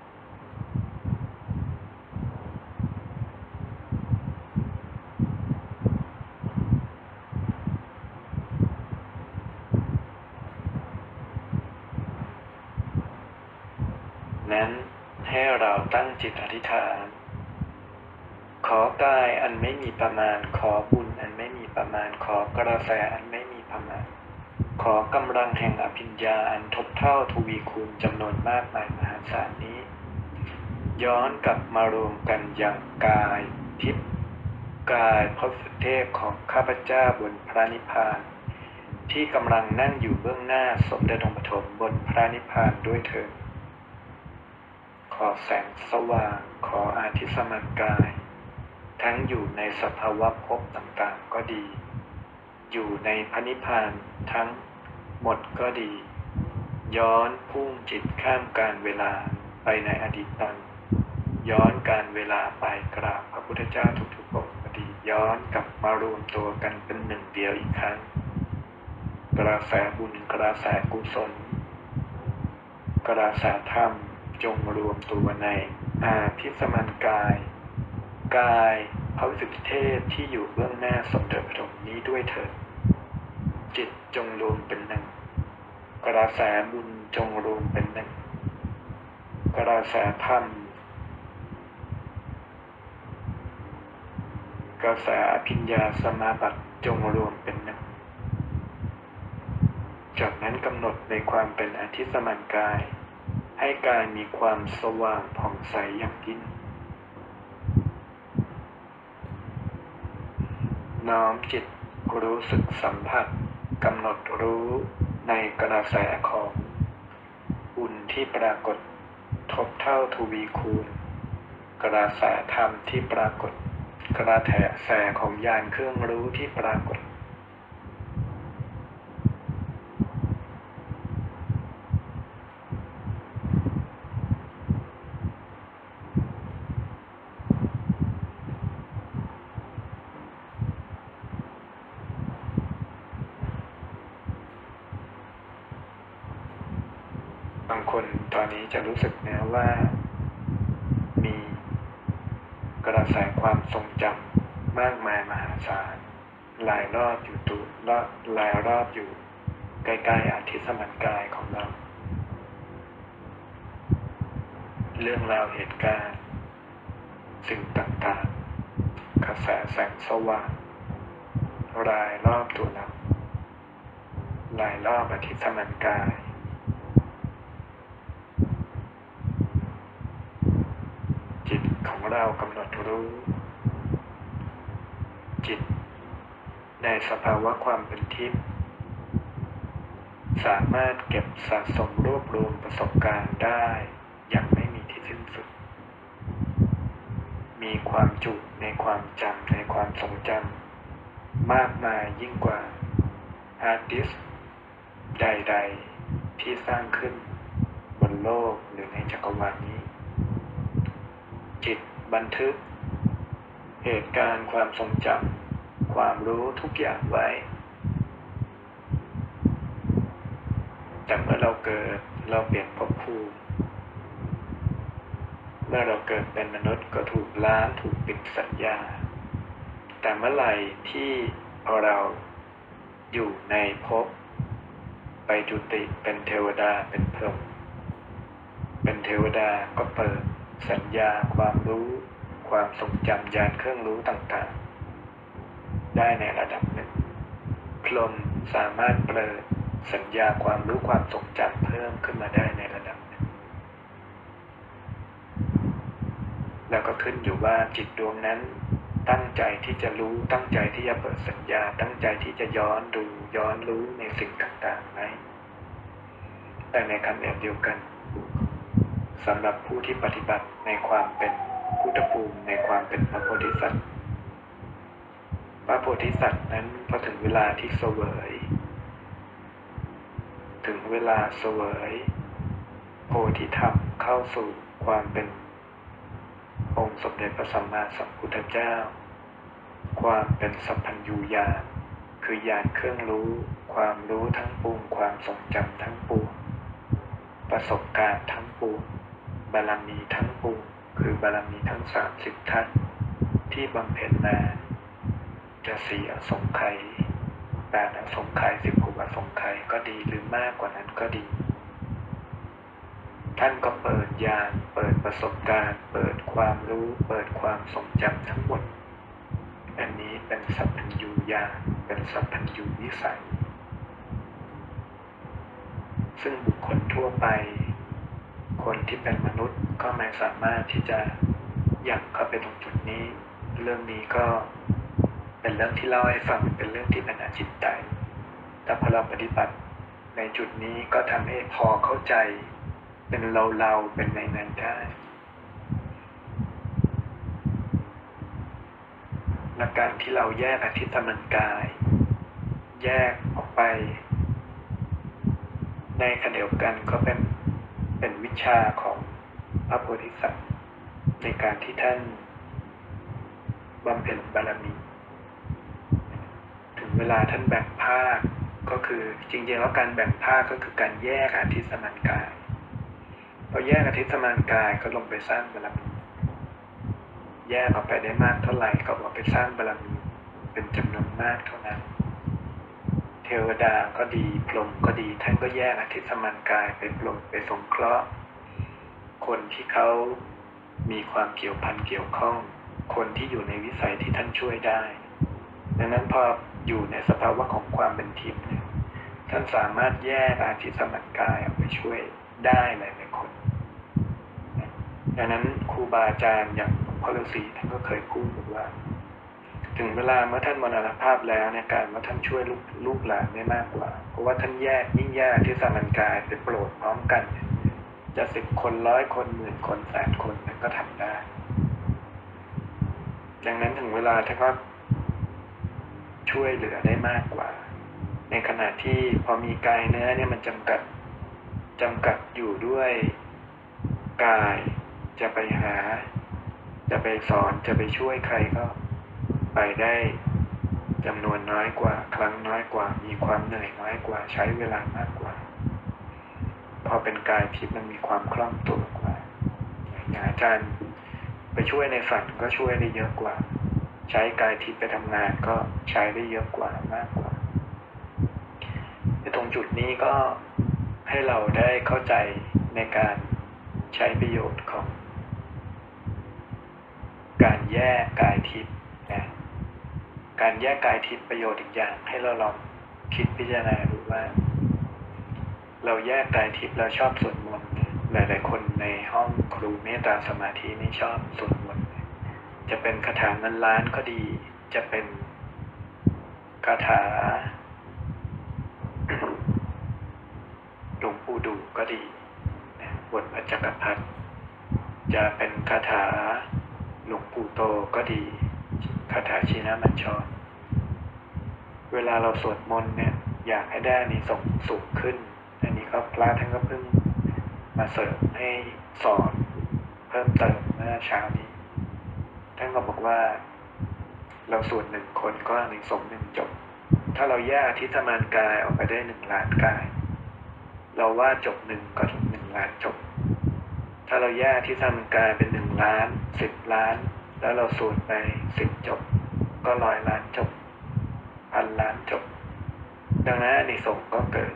นั้นให้เราตั้งจิตอธิษฐานขอกายอันไม่มีประมาณขอบุญอันไม่มีประมาณขอกระแสอันไม่มีประมาณขอกำลังแห่งอภิญญาอันทบเท่าทวีคูณจำนวนมากมายมหาศาลนี้ย้อนกลับมารวมกันอย่างกายทิพย์กายพระสุเทพของข้าพเจ้าบนพระนิพพานที่กำลังนั่งอยู่เบื้องหน้าสมเด็จองค์ปฐมบนพระนิพพานด้วยเถิดขอแสงสว่างขออาทิตย์สมังกายทั้งอยู่ในสภาวะภพต่างๆก็ดีอยู่ในพระนิพพานทั้งหมดก็ดีย้อนพุ่งจิตข้ามการเวลาไปในอดีตนั้นย้อนการเวลาไปกราบพระพุทธเจ้าทุกๆองค์ก็ดีย้อนกลับมารวมตัวกันเป็นหนึ่งเดียวอีกครั้งกระแสบุญกระแสกุศลกระแสธรรมจงรวมตัวในอาทิตย์สมังกายกายพระวิสุทธิเทพที่อยู่เบื้องหน้าสมเด็จพระบรมนี้ด้วยเถิดจิตจงรวมเป็นหนึ่งกระแสบุญจงรวมเป็นหนึ่งกระแสธรรมกระแสอภิญญาสมาบัติจงรวมเป็นหนึ่งจากนั้นกำหนดในความเป็นอาทิตย์สมังกายให้กายมีความสว่างผ่องใสอย่างยิ่งน้อมจิตรู้สึกสัมผัสกำหนดรู้ในกระแสของบุญที่ปรากฏทบเท่าทวีคูณกระแสธรรมที่ปรากฏกระแสของญาณเครื่องรู้ที่ปรากฏบางคนตอนนี้จะรู้สึกนะว่ามีกระแสความทรงจำมากมายมหาศาลหลายรอบอยู่หลายรอบอยู่ใกล้ๆอาทิตย์สมังกายของเราเรื่องราวเหตุการณ์สิ่งต่างๆกระแสแสงสว่างรายรอบตัวเราหลายรอบอาทิตย์สมังกายจิตของเรากำหนดรู้จิตในสภาวะความเป็นทิพย์สามารถเก็บสะสมรวบรวมประสบการณ์ได้อย่างไม่มีที่สิ้นสุดมีความจุในความจำในความทรงจำมากมายยิ่งกว่าฮาร์ดดิสก์ใดๆที่สร้างขึ้นบนโลกหรือในจักรวาลนี้จิตบันทึกเหตุการณ์ความทรงจำความรู้ทุกอย่างไว้แต่เมื่อเราเกิดเราเปลี่ยนภพภูมิเมื่อเราเกิดเป็นมนุษย์ก็ถูกล้างถูกปิดสัญญาแต่เมื่อไหร่ที่เราอยู่ในภพไปจุติเป็นเทวดาเป็นพรหมเป็นเทวดาก็เปิดสัญญาความรู้ความทรงจำญาณเครื่องรู้ต่างๆได้ในระดับหนึ่งพรหมสามารถเปิดสัญญาความรู้ความทรงจำเพิ่มขึ้นมาได้ในระดับหนึ่งแล้วก็ขึ้นอยู่ว่าจิตดวงนั้นตั้งใจที่จะรู้ตั้งใจที่จะเปิดสัญญาตั้งใจที่จะย้อนดูย้อนรู้ในสิ่งต่างๆไหมแต่ในคำเดียวกันสำหรับผู้ที่ปฏิบัติในความเป็นพุทธภูมิในความเป็นพระโพธิสัตว์พระโพธิสัตว์นั้นพอถึงเวลาที่เสวยถึงเวลาเสวยโพธิธรรมเข้าสู่ความเป็นองค์สมเด็จพระสัมมาสัมพุทธเจ้าความเป็นสัพพัญญูญาณคือญาณเครื่องรู้ความรู้ทั้งปวงความทรงจำทั้งปวงประสบการณ์ทั้งปวงบารมีทั้งปวงคือบารมีทั้ง30ทัศที่บำเพ็ญมาจะ4อสงไขย8อสงไขย16อสงไขยก็ดีหรือมากกว่านั้นก็ดีท่านก็เปิดญาณเปิดประสบการณ์เปิดความรู้เปิดความทรงจำทั้งหมดอันนี้เป็นสัพพัญญูญาณเป็นสัพพัญญูวิสัยซึ่งบุคคลทั่วไปคนที่เป็นมนุษย์ก็ไม่สามารถที่จะย่ำเข้าไปตรงจุดนี้เรื่องนี้ก็เป็นเรื่องที่เล่าให้ฟังเป็นเรื่องที่เป็นอาจิตใจแต่พอเราปฏิบัติในจุดนี้ก็ทำให้พอเข้าใจเป็นเราเป็นในนั้นได้และการที่เราแยกอธิตมันกายแยกออกไปในขณะเดียวกันก็เป็นวิชาของพระโพธิสัตว์ในการที่ท่านบำเพ็ญบารมีถึงเวลาท่านแบ่งภาคก็คือจริงๆแล้วการแบ่งภาคก็คือการแยกอธิตมันกายพอแยกอธิตมันกายก็ลงไปสร้างบารมีแยกออกไปได้มากเท่าไหร่ก็ออกไปสร้างบารมีเป็นจำนวนมากเท่านั้นเทวดาก็ดีพรหมก็ดีท่านก็แยกอธิตมันกายไปปลงไปสงเคราะห์คนที่เขามีความเกี่ยวพันเกี่ยวข้องคนที่อยู่ในวิสัยที่ท่านช่วยได้ดังนั้นพออยู่ในสภาวะของความเป็นทิพย์เนี่ยท่านสามารถแยกอธิตมันกายออกไปช่วยได้หลายๆคนดังนั้นครูบาอาจารย์อย่างหลวงพ่อฤาษีท่านก็เคยพูดบอกว่าถึงเวลาเมื่อท่านมรณภาพแล้วในการว่าท่านช่วยลูกหลานได้มากกว่าเพราะว่าท่านยิ่งแยกอธิตมันกายไปโปรดพร้อมกันจะ10 คน100 คน10,000 คน100,000 คนท่านก็ทำได้ดังนั้นถึงเวลาท่านก็ช่วยเหลือได้มากกว่าในขณะที่พอมีกายเนื้อเนี่ยมันจำกัดอยู่ด้วยกายจะไปหาจะไปสอนจะไปช่วยใครก็ไปได้จำนวนน้อยกว่าครั้งน้อยกว่ามีความเหนื่อยน้อยกว่าใช้เวลามากกว่าพอเป็นกายทิพย์มันมีความคล่องตัวกว่าอย่างอาจารย์ไปช่วยในฝันก็ช่วยได้เยอะกว่าใช้กายทิพย์ไปทำงานก็ใช้ได้เยอะกว่ามากกว่าในตรงจุดนี้ก็ให้เราได้เข้าใจในการใช้ประโยชน์ของการแยกกายทิพย์นะการแยกกายทิพย์ประโยชน์อีกอย่างให้เราลองคิดพิจารณาดูว่าเราแยกกายทิพย์เราชอบสวดมนต์หลายๆคนในห้องครูเมตตาสมาธินี่ชอบสวดมนต์จะเป็นคาถาเงินล้านก็ดีจะเป็นคาถาหลวงปู่ดูก็ดีบทพระจักรพรรดิจะเป็นคาถาหลวงปู่โตก็ดีคาถาชินมัญชรเวลาเราสวดมนต์เนี่ยอยากให้ได้อานิสงส์สูงขึ้นอันนี้ก็พระท่านก็เพิ่งมาเสริมให้สอนเพิ่มเติมเมื่อเช้านี้ท่านก็บอกว่าเราสวด1 คนก็อานิสงส์1 จบถ้าเราแยกอธิตมันกายออกไปได้1 ล้านกายเราว่าจบ1ก็ถึง1 ล้านจบถ้าเราแยกอธิตมันกายเป็น1 ล้าน10 ล้านแล้วเราสวดไป10 จบก็100 ล้านจบ1,000 ล้านจบดังนั้นอานิสงส์ก็เกิด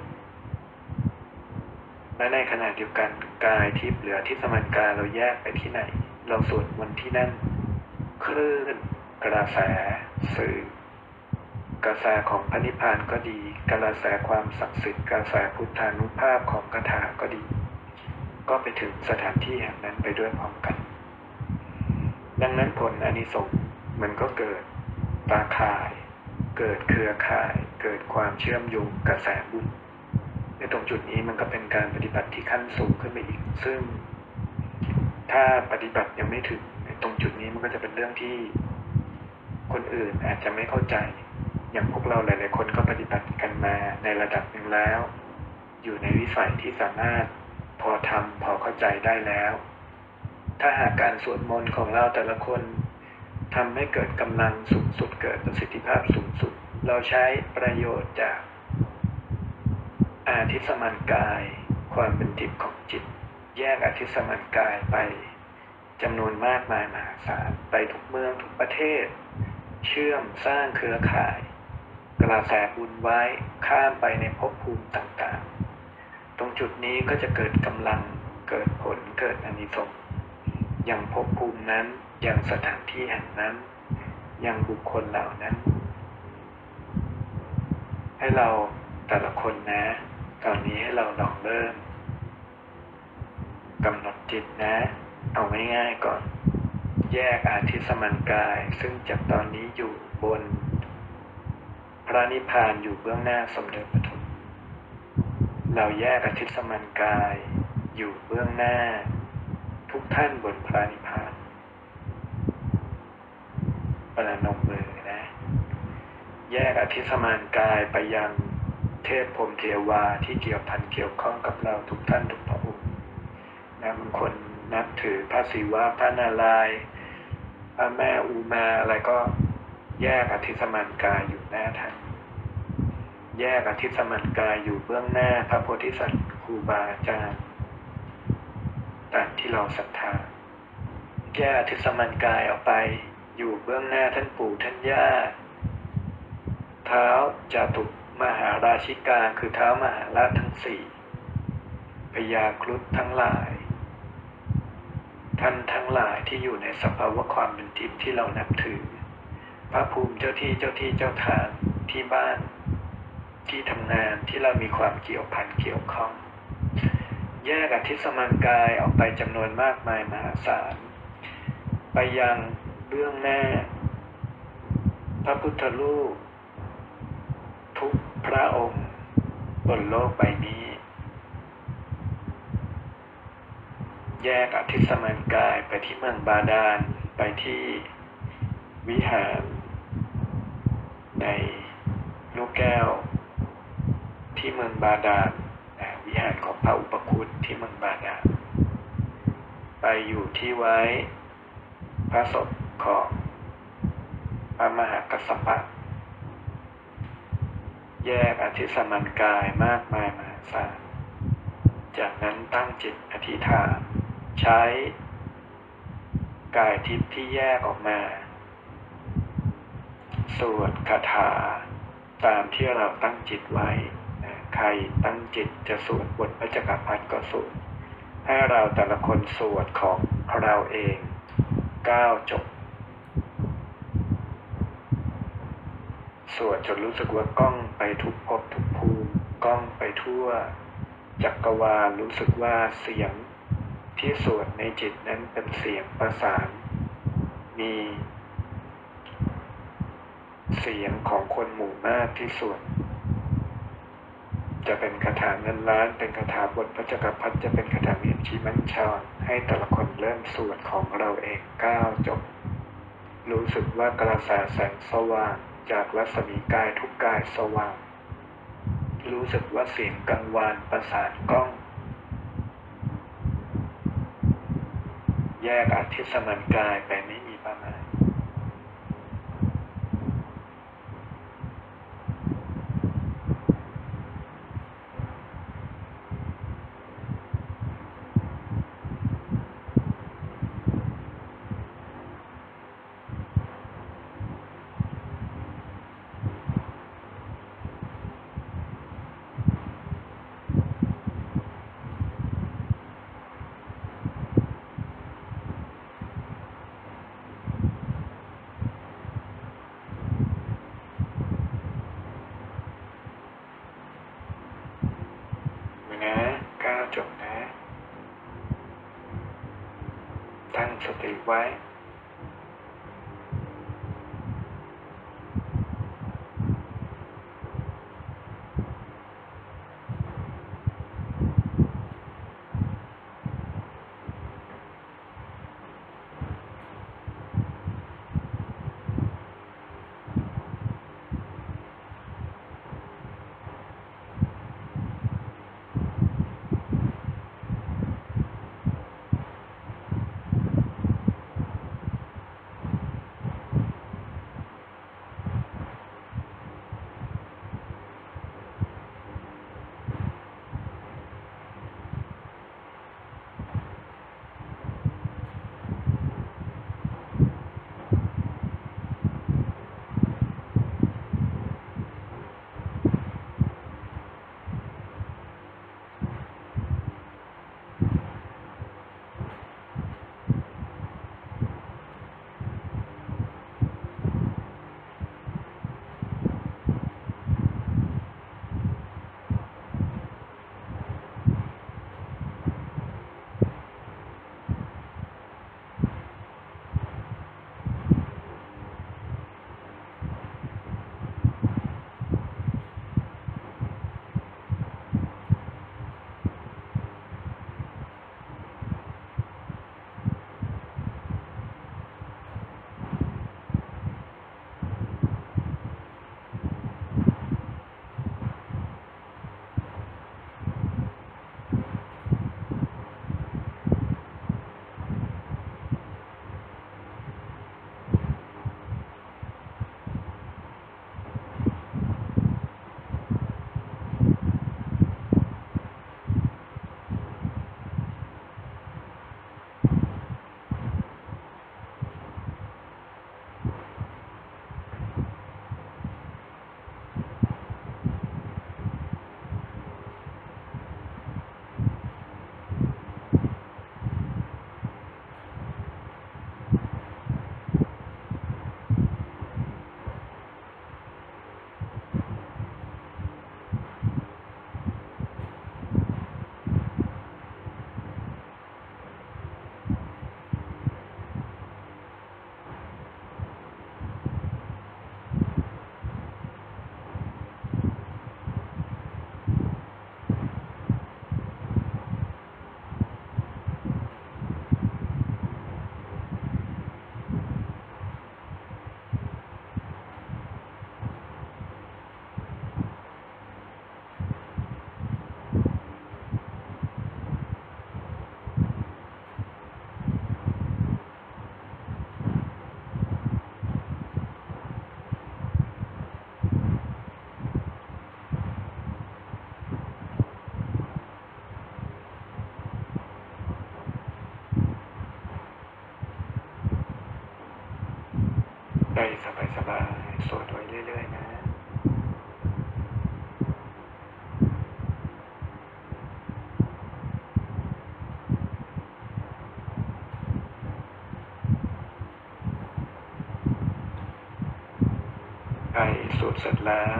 และในขณะเดียวกันกายทิพย์หรืออธิตมันกายเราแยกไปที่ไหนเราสวดมนต์ที่นั่นคลื่นกระแสสื่อกระแสของพระนิพพานก็ดีกระแสความศักดิ์สิทธิ์กระแสพุทธานุภาพของคาถาก็ดีก็ไปถึงสถานที่แห่งนั้นไปด้วยพร้อมกันดังนั้นผลอานิสงส์มันก็เกิดตาข่ายเกิดเครือข่ายเกิดความเชื่อมโยงกระแสบุญในตรงจุดนี้มันก็เป็นการปฏิบัติที่ขั้นสูงขึ้นไปอีกซึ่งถ้าปฏิบัติยังไม่ถึงในตรงจุดนี้มันก็จะเป็นเรื่องที่คนอื่นอาจจะไม่เข้าใจอย่างพวกเราหลายๆคนก็ปฏิบัติกันมาในระดับหนึ่งแล้วอยู่ในวิสัยที่สามารถพอทำพอเข้าใจได้แล้วถ้าหากการสวดมนต์ของเราแต่ละคนทำให้เกิดกำลังสูงสุดเกิดประสิทธิภาพสูงสุดเราใช้ประโยชน์จากอาทิสมันกายความเป็นทิพย์ของจิตแยกอาทิสมันกายไปจำนวนมากมายมหาศาลไปทุกเมืองทุกประเทศเชื่อมสร้างเครือข่ายกระแสบุญไว้ข้ามไปในภพภูมิต่างๆตรงจุดนี้ก็จะเกิดกำลังเกิดผลเกิดอานิสงส์อย่างภพภูมินั้นอย่างสถานที่แห่งนั้นอย่างบุคคลเหล่านั้นให้เราแต่ละคนนะตอนนี้ให้เราลองเริ่มกำหนดจิตนะเอาง่ายๆก่อนแยกอาทิสมันกายซึ่งจากตอนนี้อยู่บนพระนิพพานอยู่เบื้องหน้าสมเด็จพระพุทธเราแยกอาทิสมันกายอยู่เบื้องหน้าทุกท่านบนพระนิพพานประนมมือนะแยกอาทิสมันกายไปยังเทพพรหมเทวาที่เกี่ยวพันเกี่ยวข้องกับเราทุกท่านทุกพระองค์นะบางคนนับถือพระศิวะพระนารายณ์พระแม่อุมาอะไรก็แยกอาทิสมันกายอยู่หน้าท่านแยกอาทิสมันกายอยู่เบื้องหน้าพระโพธิสัตว์ครูบาอาจารย์ตามที่เราศรัทธาแยกอาทิสมันกายออกไปอยู่เบื้องหน้าท่านปู่ท่านย่าเท้าจาตุมหาราชิกาคือเท้ามหาราชทั้งสี่พญาครุฑทั้งหลายท่านทั้งหลายที่อยู่ในสภาวะความเป็นทิพย์ที่เรานับถือพระภูมิเจ้าที่เจ้าทางที่บ้านที่ทำงานที่เรามีความเกี่ยวพันเกี่ยวข้องแยกอาทิสมันกายออกไปจำนวนมากมายมหาศาลไปยังเบื้องหน้าพระพุทธรูปทุกพระองค์บนโลกใบนี้แยกอาทิสมันกายไปที่เมืองบาดาลไปที่วิหารในลูกแก้วที่เมืองบาดาลวิหารของพระอุปคุตที่เมืองบาดาลไปอยู่ที่ไว้พระศพของพระมหากัสสปะแยกอาทิสมันกายมากมายมหาศาลจากนั้นตั้งจิตอธิษฐานใช้กายทิพย์ที่แยกออกมาสวดคาถาตามที่เราตั้งจิตไว้ใครตั้งจิตจะสวดบทพระจักรพรรดิก็สวดให้เราแต่ละคนสวดของเราเอง9 จบสวดจนรู้สึกว่าก้องไปทุกภพทุกภูมิก้องไปทั่วจักรวาลรู้สึกว่าเสียงที่สวดในจิตนั้นเป็นเสียงประสานมีเสียงของคนหมู่มากที่สวดจะเป็นคาถาเงินล้านเป็นคาถาบทพระจักรพรรดิจะเป็นคาถาเมียนชีมันชอนให้แต่ละคนเริ่มสวดของเราเอง9 จบรู้สึกว่ากระแสแสงสว่างจากรัศมีกายทุกกายสว่างรู้สึกว่าเสียงกังวานประสานก้องแยกอาทิสมันกายไปไม่มีประมาณจบนะตั้งสติไว้สบายๆสวดไว้เรื่อยๆนะใครสวดเสร็จแล้ว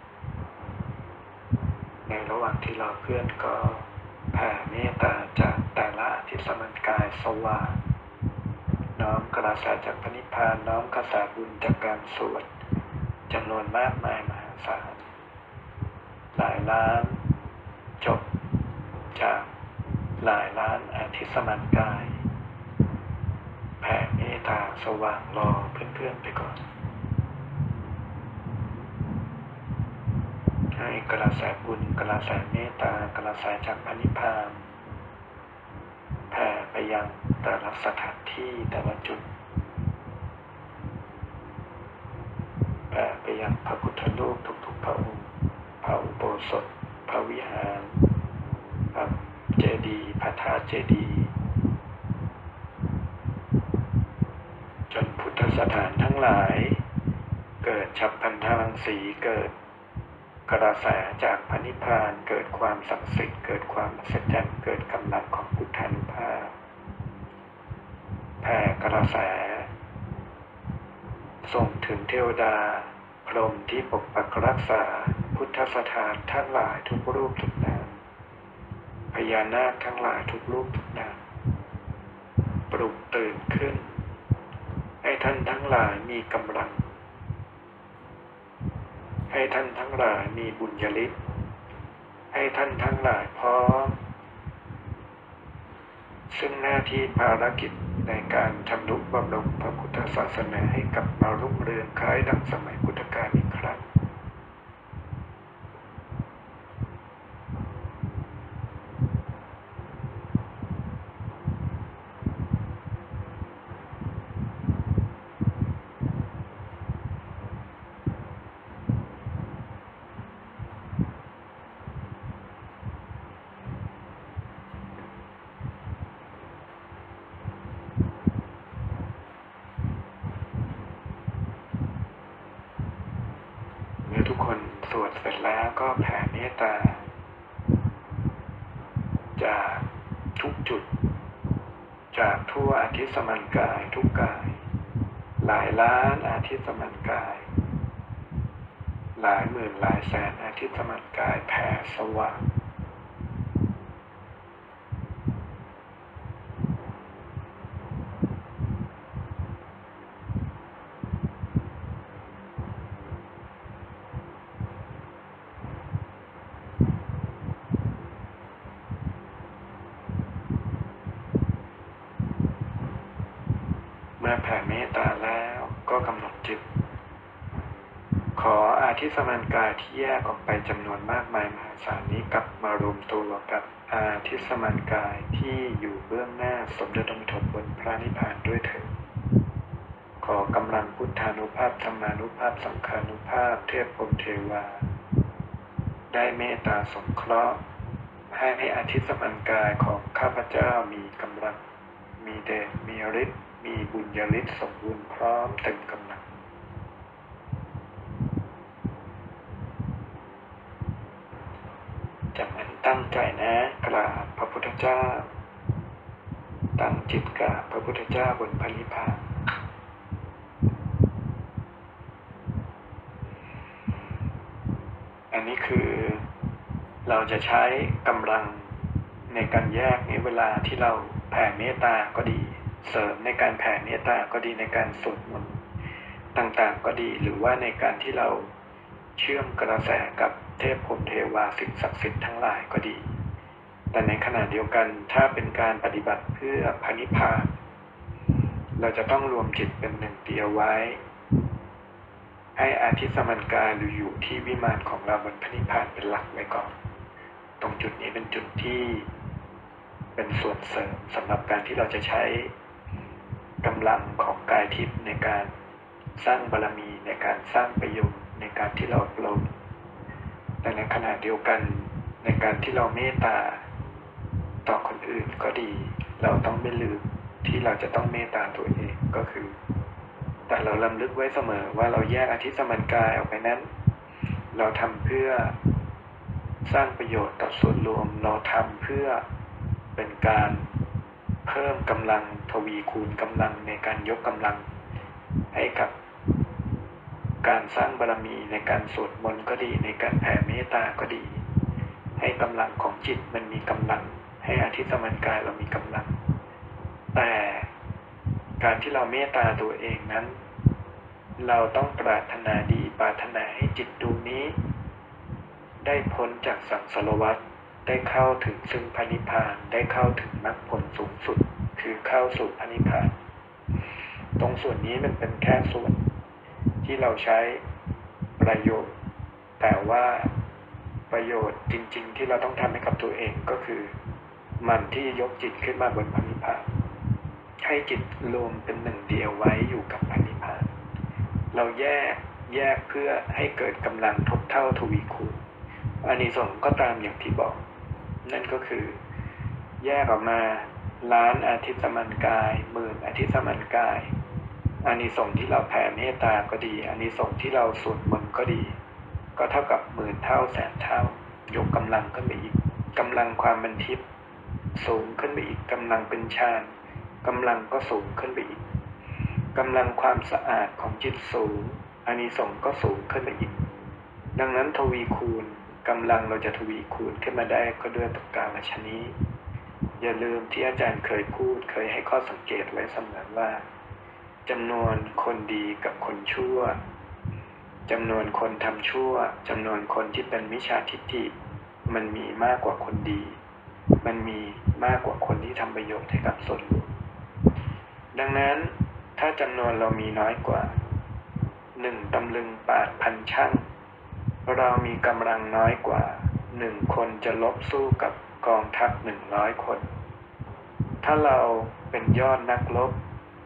ในระหว่างที่รอเพื่อนก็แผ่เมตตาจากแต่ละอาทิตย์สมันกายสว่างน้อมกระแสจากพระนิพพานน้อมกระแสบุญจากการสวดจำนวนมากมายมหาศาลหลายล้านจบจากหลายล้านอาทิตย์สมันกายแผ่เมตตาสว่างรอเพื่อนๆไปก่อนให้กระแสบุญกระแสเมตตากระแสจากพระนิพพานแผ่ไปยังแต่ละสถานที่แต่ละจุดแผ่ไปยังพระพุทธรูปทุกๆพระองค์พระอุโบสถพระวิหารพระเจดีย์พระธาตุเจดีย์จนพุทธสถานทั้งหลายเกิดฉัพพันธรังสีเกิดกระแสจากพระนิพพานเกิดความศักดิ์สิทธิ์เกิดความอัศจรรย์เกิดกำลังของพุทธานุภาพแผ่กระแสส่งถึงเทวดาพรหมที่ปกปักรักษาพุทธสถานทั้งหลายทุกรูปทุกนามพญานาคทั้งหลายทุกรูปทุกนามปลุกตื่นขึ้นให้ท่านทั้งหลายมีกำลังให้ท่านทั้งหลายมีบุญญาฤทธิ์ให้ท่านทั้งหลายพร้อมซึ่งหน้าที่ภารกิจในการทำนุบำรุงพระพุทธศาสนาให้กลับมารุ่งเรืองคล้ายดังสมัยพุทธกาลอีกครั้งทุกคนสวดเสร็จแล้วก็แผ่เมตตาจากทุกจุดจากทั่วอาทิตย์สมันกายทุกกายหลายล้านอาทิตย์สมันกายหลายหมื่นหลายแสนอาทิตย์สมันกายแผ่สว่างเมื่อแผ่เมตตาแล้วก็กำหนดจิตขออาทิตย์สมันกายที่แยกออกไปจำนวนมากมายมหาศาลนี้กลับมารวมตัวกับอาทิตย์สมันกายที่อยู่เบื้องหน้าสมเด็จพระบรมบนพระนิพพานด้วยเถิดขอกำลังพุทธานุภาพธรรมานุภาพสังฆานุภาพเทพพรหมเทวาได้เมตตาสงเคราะห์ให้อาทิตย์สมันกายของข้าพเจ้ามีกำลังมีเดชมีฤทธิ์มีบุญญาฤทธิ์สมบูรณ์พร้อมเต็มกำลังจากนั้นตั้งใจนะกราบพระพุทธเจ้าตั้งจิตกราบพระพุทธเจ้าบนพระนิพพานอันนี้คือเราจะใช้กำลังในการแยกในเวลาที่เราแผ่เมตตาก็ดีเสริมในการแผ่เมตตาก็ดีในการสวดมนต์ต่างๆก็ดีหรือว่าในการที่เราเชื่อมกระแสกับเทพพรหมเทวาสิ่งศักดิ์สิทธิ์ทั้งหลายก็ดีแต่ในขณะเดียวกันถ้าเป็นการปฏิบัติเพื่อพระนิพพานเราจะต้องรวมจิตเป็นหนึ่งเดียวไว้ให้อาทิตย์สมันกายหรืออยู่ที่วิมานของเราบนพระนิพพานเป็นหลักไว้ก่อนตรงจุดนี้เป็นจุดที่เป็นส่วนเสริมสำหรับการที่เราจะใช้กำลังของกายทิพย์ในการสร้างบารมีในการสร้างประโยชน์ในการที่เราอบรมแต่ในขณะเดียวกันในการที่เราเมตตาต่อคนอื่นก็ดีเราต้องไม่ลืมที่เราจะต้องเมตตาตัวเองก็คือแต่เรารำลึกไว้เสมอว่าเราแยกอธิสมันกายออกไปนั้นเราทำเพื่อสร้างประโยชน์ต่อส่วนรวมเราทำเพื่อเป็นการเพิ่มกำลังทวีคูณกำลังในการยกกำลังให้กับการสร้างบารมีในการสวดมนต์ก็ดีในการแผ่เมตตาก็ดีให้กำลังของจิตมันมีกำลังให้อธิสมันกายเรามีกำลังแต่การที่เราเมตตาตัวเองนั้นเราต้องปรารถนาดีปรารถนาให้จิตดวงนี้ได้พ้นจากสังสารวัฏได้เข้าถึงซึ่งพระนิพพานได้เข้าถึงมรรคผลสูงสุดคือเข้าสู่พระนิพพานตรงส่วนนี้มันเป็นแค่ส่วนที่เราใช้ประโยชน์แต่ว่าประโยชน์จริงๆที่เราต้องทำให้กับตัวเองก็คือมันที่ยกจิตขึ้นมาบนพระนิพพานให้จิตรวมเป็นหนึ่งเดียวไว้อยู่กับพระนิพพานเราแยกเพื่อให้เกิดกำลังทบเท่าทวีคูณอานิสงส์ก็ตามอย่างที่บอกนั่นก็คือแยกออกมาล้านอาทิตย์สมันกายหมื่นอาทิตย์สมันกายอานิสงส์ที่เราแผ่เมตตาก็ดีอานิสงส์ที่เราสวดมนต์ก็ดีก็เท่ากับหมื่นเท่าแสนเท่ายกกำลังขึ้นไปอีกกำลังความเป็นทิพย์สูงขึ้นไปอีกกำลังเป็นฌานกำลังก็สูงขึ้นไปอีกกำลังความสะอาดของจิตสูงอานิสงส์ก็สูงขึ้นไปอีกดังนั้นทวีคูณกำลังเราจะทวีคูณขึ้นมาได้ก็ด้วยประการฉะนี้อย่าลืมที่อาจารย์เคยพูดเคยให้ข้อสังเกตไว้เสมอว่าจำนวนคนดีกับคนชั่วจำนวนคนทำชั่วจำนวนคนที่เป็นมิจฉาทิฏฐิมันมีมากกว่าคนดีมันมีมากกว่าคนที่ทำประโยชน์ให้กับส่วนรวมดังนั้นถ้าจำนวนเรามีน้อยกว่า1ตำลึง8,000ชั่งเรามีกำลังน้อยกว่า1คนจะลบสู้กับกองทัพ100คนถ้าเราเป็นยอดนักรบ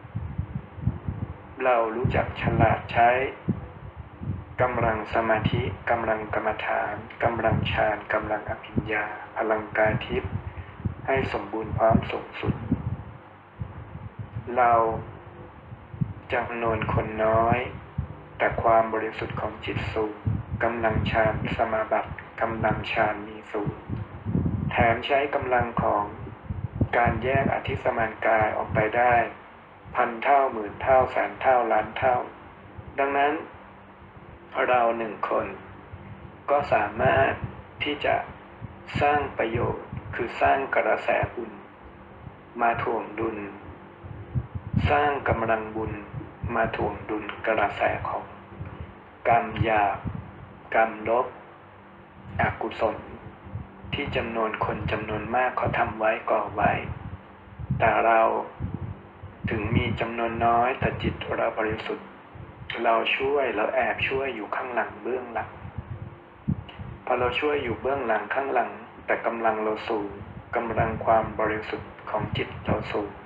เรารู้จักฉลาดใช้กำลังสมาธิกำลังกรรมฐานกำลังฌานกำลังอภิญญาพลังกายทิพย์ให้สมบูรณ์พร้อมสูงสุดเราจำนวนคนน้อยแต่ความบริสุทธิ์ของจิตสูงกำลังฌานสมาบัติกำลังฌานมีสูงแถมใช้กำลังของการแยกอธิสมานกายออกไปได้1,000 เท่าหมื่นเท่าแสนเท่าล้านเท่าดังนั้นเรา1คนก็สามารถที่จะสร้างประโยชน์คือสร้างกระแสบุญมาถ่วงดุลสร้างกำลังบุญมาถ่วงดุลกระแสของกรรมหยาบกรรมลบอกุศลที่จำนวนคนจำนวนมากเขาทำไว้ก่อไว้แต่เราถึงมีจำนวนน้อยแต่จิตเราบริสุทธิ์เราช่วยเราแอบช่วยอยู่ข้างหลังเบื้องหลังพอเราช่วยอยู่เบื้องหลังข้างหลังแต่กำลังเราสูงกำลังความบริสุทธิ์ของจิตเราสูง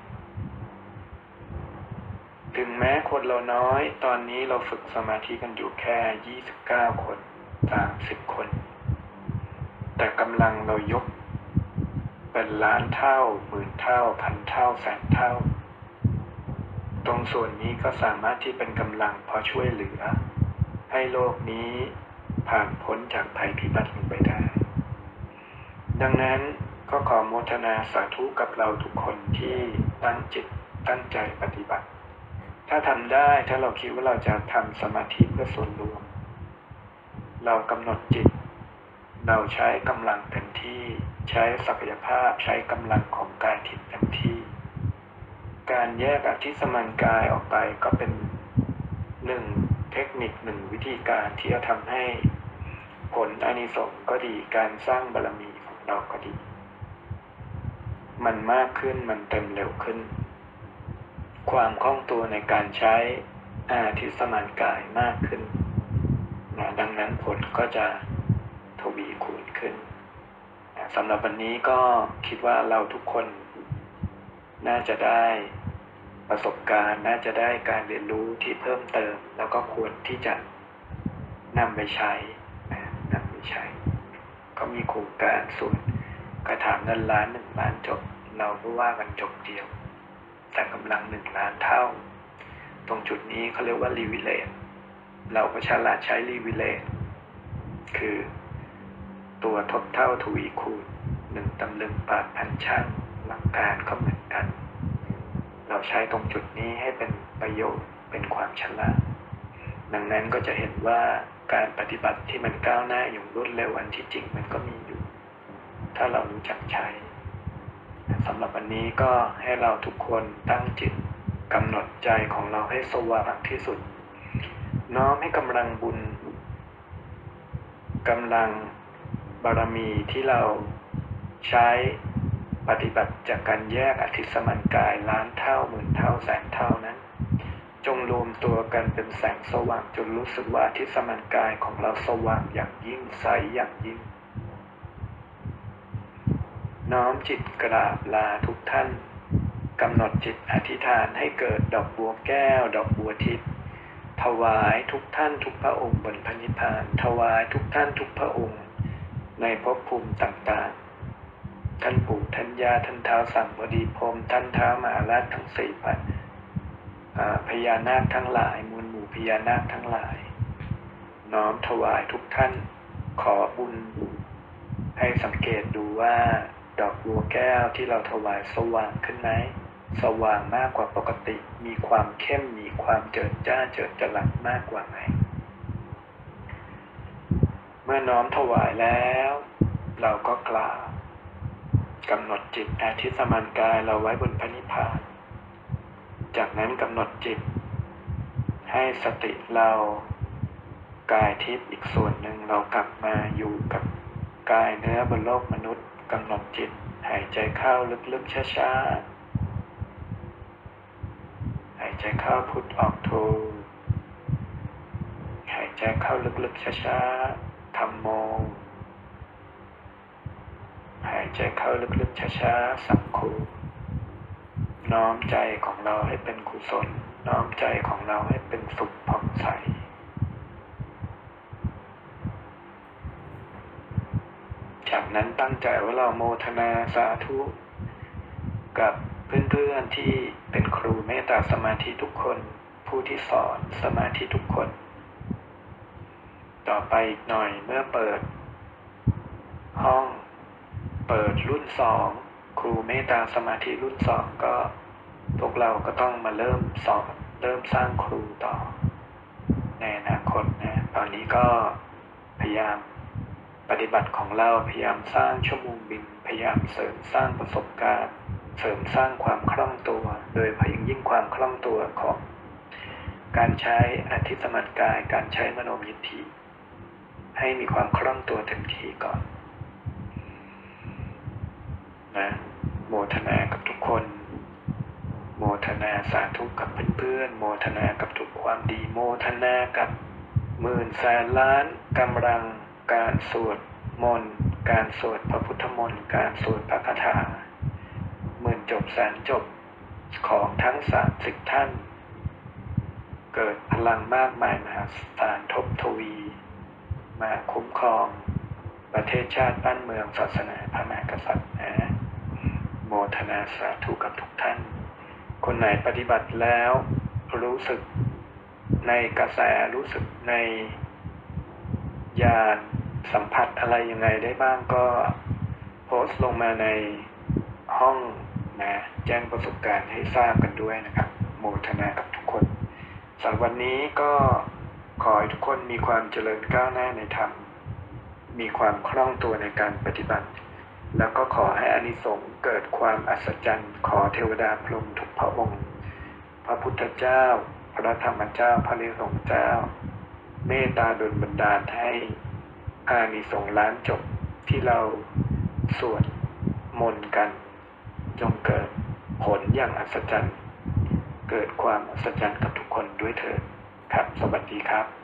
ถึงแม้คนเราน้อยตอนนี้เราฝึกสมาธิกันอยู่แค่29คน30คนแต่กำลังเรายกเป็นล้านเท่าหมื่นเท่าพันเท่าแสนเท่าตรงส่วนนี้ก็สามารถที่เป็นกำลังพอช่วยเหลือให้โลกนี้ผ่านพ้นจากภัยพิบัติลงไปได้ดังนั้นก็ขอโมทนาสาธุกับเราทุกคนที่ตั้งจิตตั้งใจปฏิบัติถ้าทำได้ถ้าเราคิดว่าเราจะทำสมาธิเพื่อส่วนรวมเรากำหนดจิตเราใช้กำลังเต็มที่ใช้ศักยภาพใช้กำลังของกายทิพย์เต็มที่การแยกอธิสมานกายออกไปก็เป็น1เทคนิค1วิธีการที่จะทำให้ผลอานิสงส์ก็ดีการสร้างบารมีของเราก็ดีมันมากขึ้นมันเต็มเร็วขึ้นความคล่องตัวในการใช้อาทิสมานกายมากขึ้นดังนั้นผลก็จะทวีคูณขึ้นสำหรับวันนี้ก็คิดว่าเราทุกคนน่าจะได้ประสบการณ์น่าจะได้การเรียนรู้ที่เพิ่มเติมแล้วก็ควรที่จะนำไปใช้ก็มีโครงการส่วนกระถางเงินล้าน1 ล้านจบเราก็ว่ากันจบเดียวแต่กำลัง1 ล้านเท่าตรงจุดนี้เขาเรียกว่ารีวิเลตเราก็ฉลาดใช้รีวิเลตคือตัวทบเท่าทวีคูณ1 ตำลึงบาทพันช่างหลักการก็เหมือนกันเราใช้ตรงจุดนี้ให้เป็นประโยชน์เป็นความฉลาดดังนั้นก็จะเห็นว่าการปฏิบัติที่มันก้าวหน้าอย่างรวดเร็วอันที่จริงมันก็มีอยู่ถ้าเรารู้จักใช้สำหรับวันนี้ก็ให้เราทุกคนตั้งจิตกำหนดใจของเราให้สว่างที่สุดน้อมให้กำลังบุญกำลังบารมีที่เราใช้ปฏิบัติจากการแยกอธิสมันกายล้านเท่าหมื่นเท่าแสนเท่านั้นจงรวมตัวกันเป็นแสงสว่างจนรู้สึกว่าอธิสมันกายของเราสว่างอย่างยิ่งใสอย่างยิ่งน้อมจิตกราบลาทุกท่านกำหนดจิตอธิษฐานให้เกิดดอกบัวแก้วดอกบัวทิพย์ถวายทุกท่านทุกพระองค์บนพระนิพพานถวายทุกท่านทุกพระองค์ในภพภูมิต่างๆท่านปู่ท่านย่าท่านท้าวสัมบดีพรหมท่านท้าวมหาราชทั้ง4 พญานาคทั้งหลายมูลหมู่พญานาคทั้งหลายน้อมถวายทุกท่านขอบุญให้สังเกตดูว่าดอกบัวแก้วที่เราถวายสว่างขึ้นไหมสว่างมากกว่าปกติมีความเข้มมีความเจิดจ้าเจิดจรัสมากกว่าไหมเมื่อน้อมถวายแล้วเราก็กล่าวกำหนดจิตอธิสมันกายเราไว้บนพระนิพพานจากนั้นกำหนดจิตให้สติเรากายทิพย์อีกส่วนหนึ่งเรากลับมาอยู่กับกายเนื้อบนโลกมนุษย์กำหนดจิตหายใจเข้าลึกๆช้าๆหายใจเข้าพุทออกโทหายใจเข้าลึกๆช้าๆธัมโมหายใจเข้าลึกๆช้าๆสังโฆน้อมใจของเราให้เป็นกุศลน้อมใจของเราให้เป็นสุขผ่องใสจากนั้นตั้งใจว่าเราโมทนาสาธุกับเพื่อนๆที่เป็นครูเมตตาสมาธิทุกคนผู้ที่สอนสมาธิทุกคนต่อไปอีกหน่อยเมื่อเปิดห้องเปิดรุ่น2ครูเมตตาสมาธิรุ่น2ก็พวกเราก็ต้องมาเริ่มสอนเริ่มสร้างครูต่อในอนาคตนะตอนนี้ก็พยายามปฏิบัติของเราพยายามสร้างชั่วโมงบินพยายามเสริมสร้างประสบการณ์เสริมสร้างความคล่องตัวโดยเฉพาะยิ่งความคล่องตัวของการใช้อธิสมันกายการใช้มโนมยิทธิให้มีความคล่องตัวเต็มที่ก่อนนะโมทนากับทุกคนโมทนาสาธุกับเพื่อนๆโมทนากับทุกความดีโมทนากับหมื่นแสนล้านกำลังการสวดมนต์การสวดพระพุทธมนต์การสวดพระคาถาหมื่นจบแสนจบของทั้ง30ท่านเกิดพลังมากมายมหาศาลทบทวีมาคุ้มครองประเทศชาติบ้านเมืองศาสนาพระมหากษัตริย์นะโมทนาสาธุกับทุกท่านคนไหนปฏิบัติแล้วรู้สึกในกระแสรู้สึกในญาณสัมผัสอะไรยังไงได้บ้างก็โพสต์ลงมาในห้องนะแจ้งประสบการณ์ให้ทราบกันด้วยนะครับโมทนากับทุกคนสำหรับวันนี้ก็ขอให้ทุกคนมีความเจริญก้าวหน้าในธรรมมีความคล่องตัวในการปฏิบัติแล้วก็ขอให้อานิสงส์เกิดความอัศจรรย์ขอเทวดาพรหมทุกพระองค์พระพุทธเจ้าพระธรรมเจ้าพระอริยสงฆ์เจ้าเมตตาดลบันดาลให้อานิสงส์ล้านจบที่เราสวดมนต์กันจงเกิดผลอย่างอัศจรรย์เกิดความอัศจรรย์กับทุกคนด้วยเถิดครับสวัสดีครับ